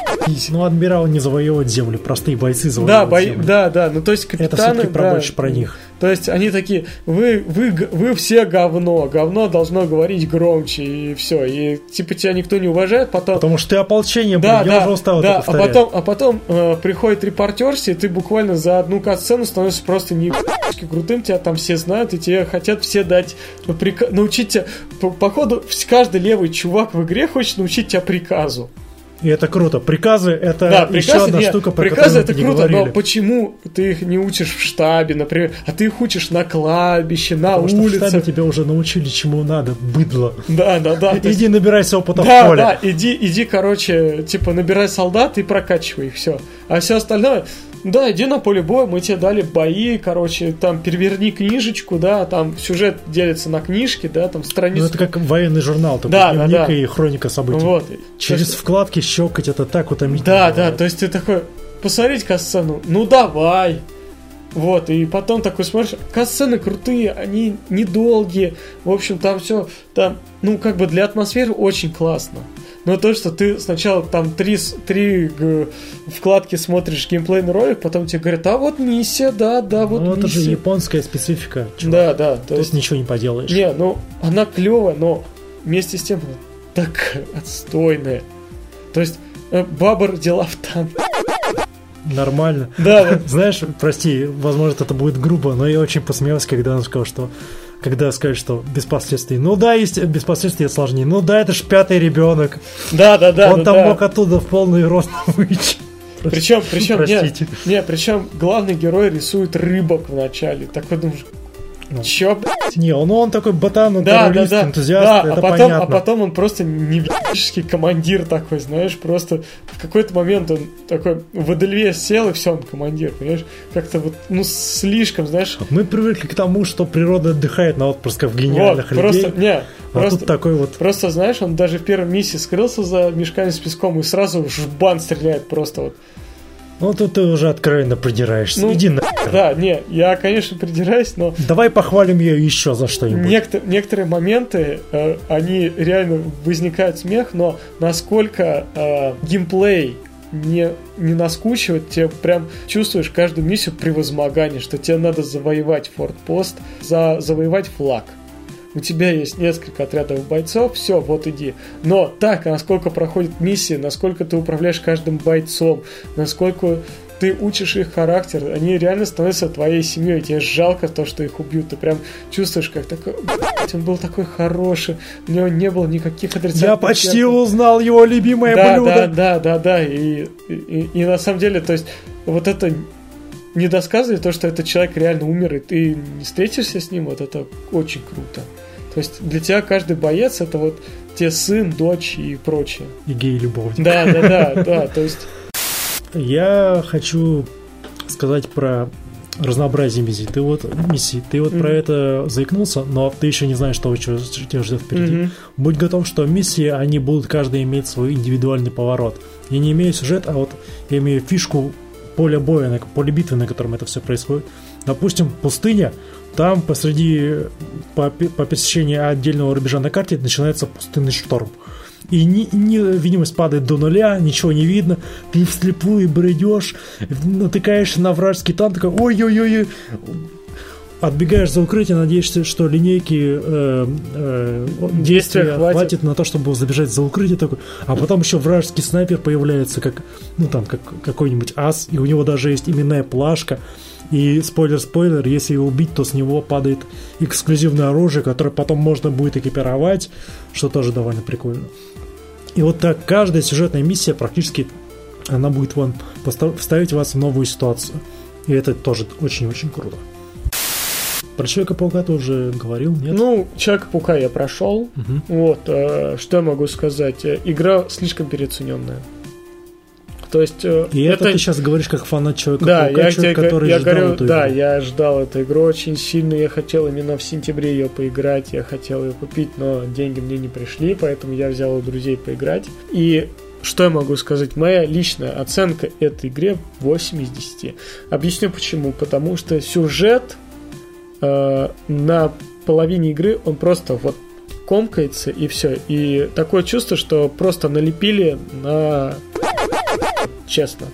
адмиралы не завоевывают землю. Простые бойцы завоевывают землю. Да, то есть капитаны... Это все-таки больше про них. То есть они такие, вы все говно должно говорить громче, и все. И типа тебя никто не уважает, потом... Потому что ты ополчение, я уже устал это повторять. А потом приходит репортерси, и ты буквально за одну кат-сцену становишься просто не крутым, тебя там все знают, и тебе хотят все дать научить тебя... Походу, каждый левый чувак в игре хочет научить тебя приказу. И это круто. Приказы — это еще одна штука, про которую мы не говорили. Приказы — это круто, но почему ты их не учишь в штабе, например, а ты их учишь на кладбище, на улице? Потому что в штабе тебя уже научили, чему надо, быдло. Да. Иди набирайся опыта в поле. Да, иди, короче, типа, набирай солдат и прокачивай их, все. А все остальное... Да, иди на поле боя, мы тебе дали бои, короче, там переверни книжечку, да, там сюжет делится на книжки, да, там страницы. Это как военный журнал, такой дневник и хроника событий. Вот. Через вкладки щелкать, это так утомительно. Да, то есть ты такой, посмотреть касцену, давай. Вот, и потом такой смотришь, касцены крутые, они недолгие, в общем, там все, там, как бы для атмосферы очень классно. Но то, что ты сначала там три вкладки смотришь геймплейный ролик, потом тебе говорят, а вот миссия, да, вот миссия. Это же японская специфика, чувак. Да. То есть ничего не поделаешь. Не, она клевая, но вместе с тем она так отстойная. То есть Бабр дела в танке. Нормально. Да. Знаешь, прости, возможно, это будет грубо, но я очень посмеялся, когда он сказал, что без последствий. Есть без последствий, это сложнее. Это ж 5-й ребенок. Да. Он там мог оттуда в полный рост выйти. Причем, причем главный герой рисует рыбок в начале. Такой думаешь, чё, блядь? Не, он такой ботан, террорист, энтузиаст, это понятно. А потом он просто невъебический командир такой, знаешь, просто в какой-то момент он такой в Эдельвейс сел, и все, он командир, понимаешь? Как-то слишком, знаешь... Мы привыкли к тому, что природа отдыхает на отпрысках гениальных людей. Тут такой вот... Просто, знаешь, он даже в первой миссии скрылся за мешками с песком и сразу жбан стреляет просто вот. Тут ты уже откровенно придираешься. Иди нахер. Да, я, конечно, придираюсь, но... Давай похвалим ее еще за что-нибудь. Некоторые моменты, они реально возникает смех, но насколько геймплей не наскучивает, тебе прям чувствуешь каждую миссию превозмогание, что тебе надо завоевать фортпост, завоевать флаг. у тебя есть несколько отрядов бойцов, все, вот иди. Но так, насколько проходит миссия, насколько ты управляешь каждым бойцом, насколько ты учишь их характер, они реально становятся твоей семьей, тебе жалко то, что их убьют, ты прям чувствуешь, как такой, он был такой хороший, у него не было никаких отрицательных. Я почти узнал его любимое блюдо. Да, и на самом деле, то есть, вот это не досказывает то, что этот человек реально умер, и ты не встретишься с ним, вот это очень круто. То есть, для тебя каждый боец, это вот тебе сын, дочь и прочее. И гей-любовник. Да, то есть... Я хочу сказать про разнообразие миссий. Ты вот про это заикнулся, но ты еще не знаешь, что тебя ждет впереди. Будь готов, что миссии, они будут каждый иметь свой индивидуальный поворот. Я не имею сюжет, а вот я имею фишку поля боя, поле битвы, на котором это все происходит. Допустим, пустыня, там по пересечении отдельного рубежа на карте начинается пустынный шторм. И видимость падает до нуля, ничего не видно, ты вслепую бредешь, натыкаешься на вражеский танк, такой ой-ой-ой, отбегаешь за укрытие, надеешься, что линейки действия хватит на то, чтобы забежать за укрытие такой, а потом еще вражеский снайпер появляется, как какой-нибудь ас, и у него даже есть именная плашка. И спойлер, если его убить, то с него падает эксклюзивное оружие, которое потом можно будет экипировать, что тоже довольно прикольно. И вот так каждая сюжетная миссия практически она будет вам вставить вас в новую ситуацию. И это тоже очень-очень круто. Про Человека-паука ты уже говорил, нет? Ну, Человека-паука я прошел. Вот, что я могу сказать? Игра слишком переоцененная. То есть, и это ты сейчас говоришь как фанат Человека-паука, который ждал эту игру. Да, я ждал эту игру очень сильно, я хотел именно в сентябре ее поиграть, я хотел ее купить, но деньги мне не пришли, поэтому я взял у друзей поиграть. И что я могу сказать? Моя личная оценка этой игре 8 из 10. Объясню почему. Потому что сюжет на половине игры, он просто вот комкается и все. И такое чувство, что просто налепили на... Честно.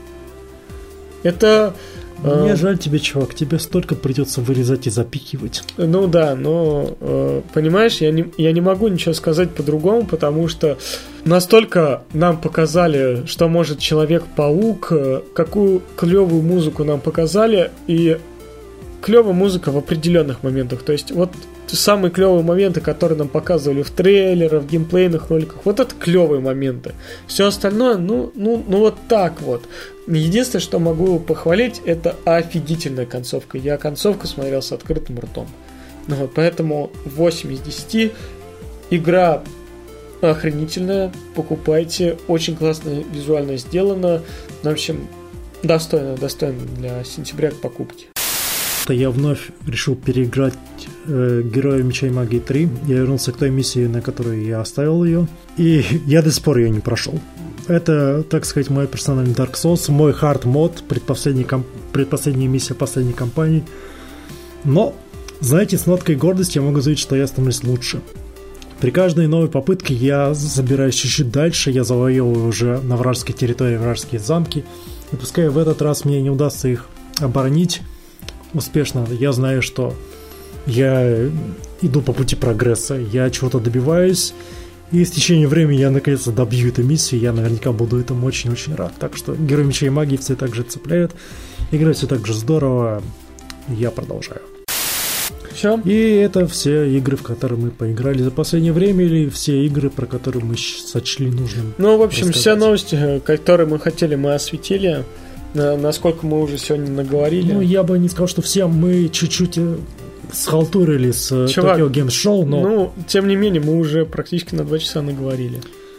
Это... Мне жаль тебе, чувак, тебе столько придется вырезать и запикивать. Ну да, но понимаешь, я не могу ничего сказать по-другому, потому что настолько нам показали, что может Человек-паук, какую клевую музыку нам показали, и клевая музыка в определенных моментах. То есть вот самые клевые моменты, которые нам показывали в трейлерах, в геймплейных роликах, вот это клевые моменты. Все остальное, ну вот так вот. Единственное, что могу похвалить, это офигительная концовка. Я концовку смотрел с открытым ртом. Вот, поэтому 8 из 10. Игра охренительная, покупайте. Очень классно визуально сделано. В общем, достойно для сентября к покупке. Я вновь решил переиграть Героя Меча и Магии 3. Я вернулся к той миссии, на которой я оставил ее. И я до сих пор ее не прошел. Это, так сказать, мой персональный Dark Souls, мой hard мод, предпоследняя миссия последней кампании. Но, знаете, с ноткой гордости я могу заявить, что я становлюсь лучше. При каждой новой попытке я забираюсь чуть-чуть дальше, я завоевываю уже на вражеской территории вражеские замки. И пускай в этот раз мне не удастся их оборонить успешно, я знаю, что я иду по пути прогресса, я чего-то добиваюсь, и с течением времени я наконец-то добью эту миссию, я наверняка буду этому очень-очень рад. Так что Герой Меча и Магии все так же цепляют, играть все так же здорово, я продолжаю. Все. И это все игры, в которые мы поиграли за последнее время, или все игры, про которые мы сочли нужным. Ну, в общем, все новости, которые мы хотели, мы осветили. Насколько мы уже сегодня наговорили. Ну, я бы не сказал, что все мы чуть-чуть схалтурили с Tokyo Games Show, но... Ну, тем не менее, мы уже практически на 2 часа наговорили.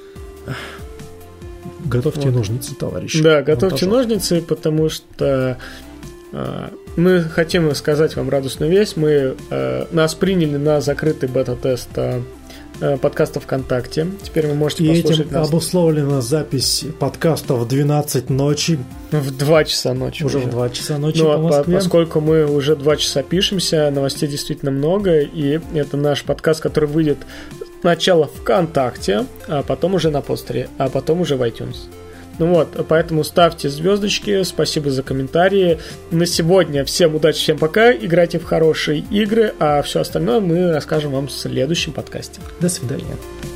Готовьте ножницы, товарищи. Да, готовьте ножницы, потому что мы хотим сказать вам радостную весть. Нас приняли на закрытый бета-тест подкаста ВКонтакте. Теперь вы можете послушать нас. Обусловлена запись подкаста в 12 ночи. В 2 часа ночи. Уже в 2 часа ночи по Москве. Поскольку мы уже 2 часа пишемся, новостей действительно много, и это наш подкаст, который выйдет сначала ВКонтакте, а потом уже на постере, а потом уже в iTunes. Ну вот, поэтому ставьте звездочки, спасибо за комментарии. На сегодня всем удачи, всем пока, играйте в хорошие игры, а все остальное мы расскажем вам в следующем подкасте. До свидания.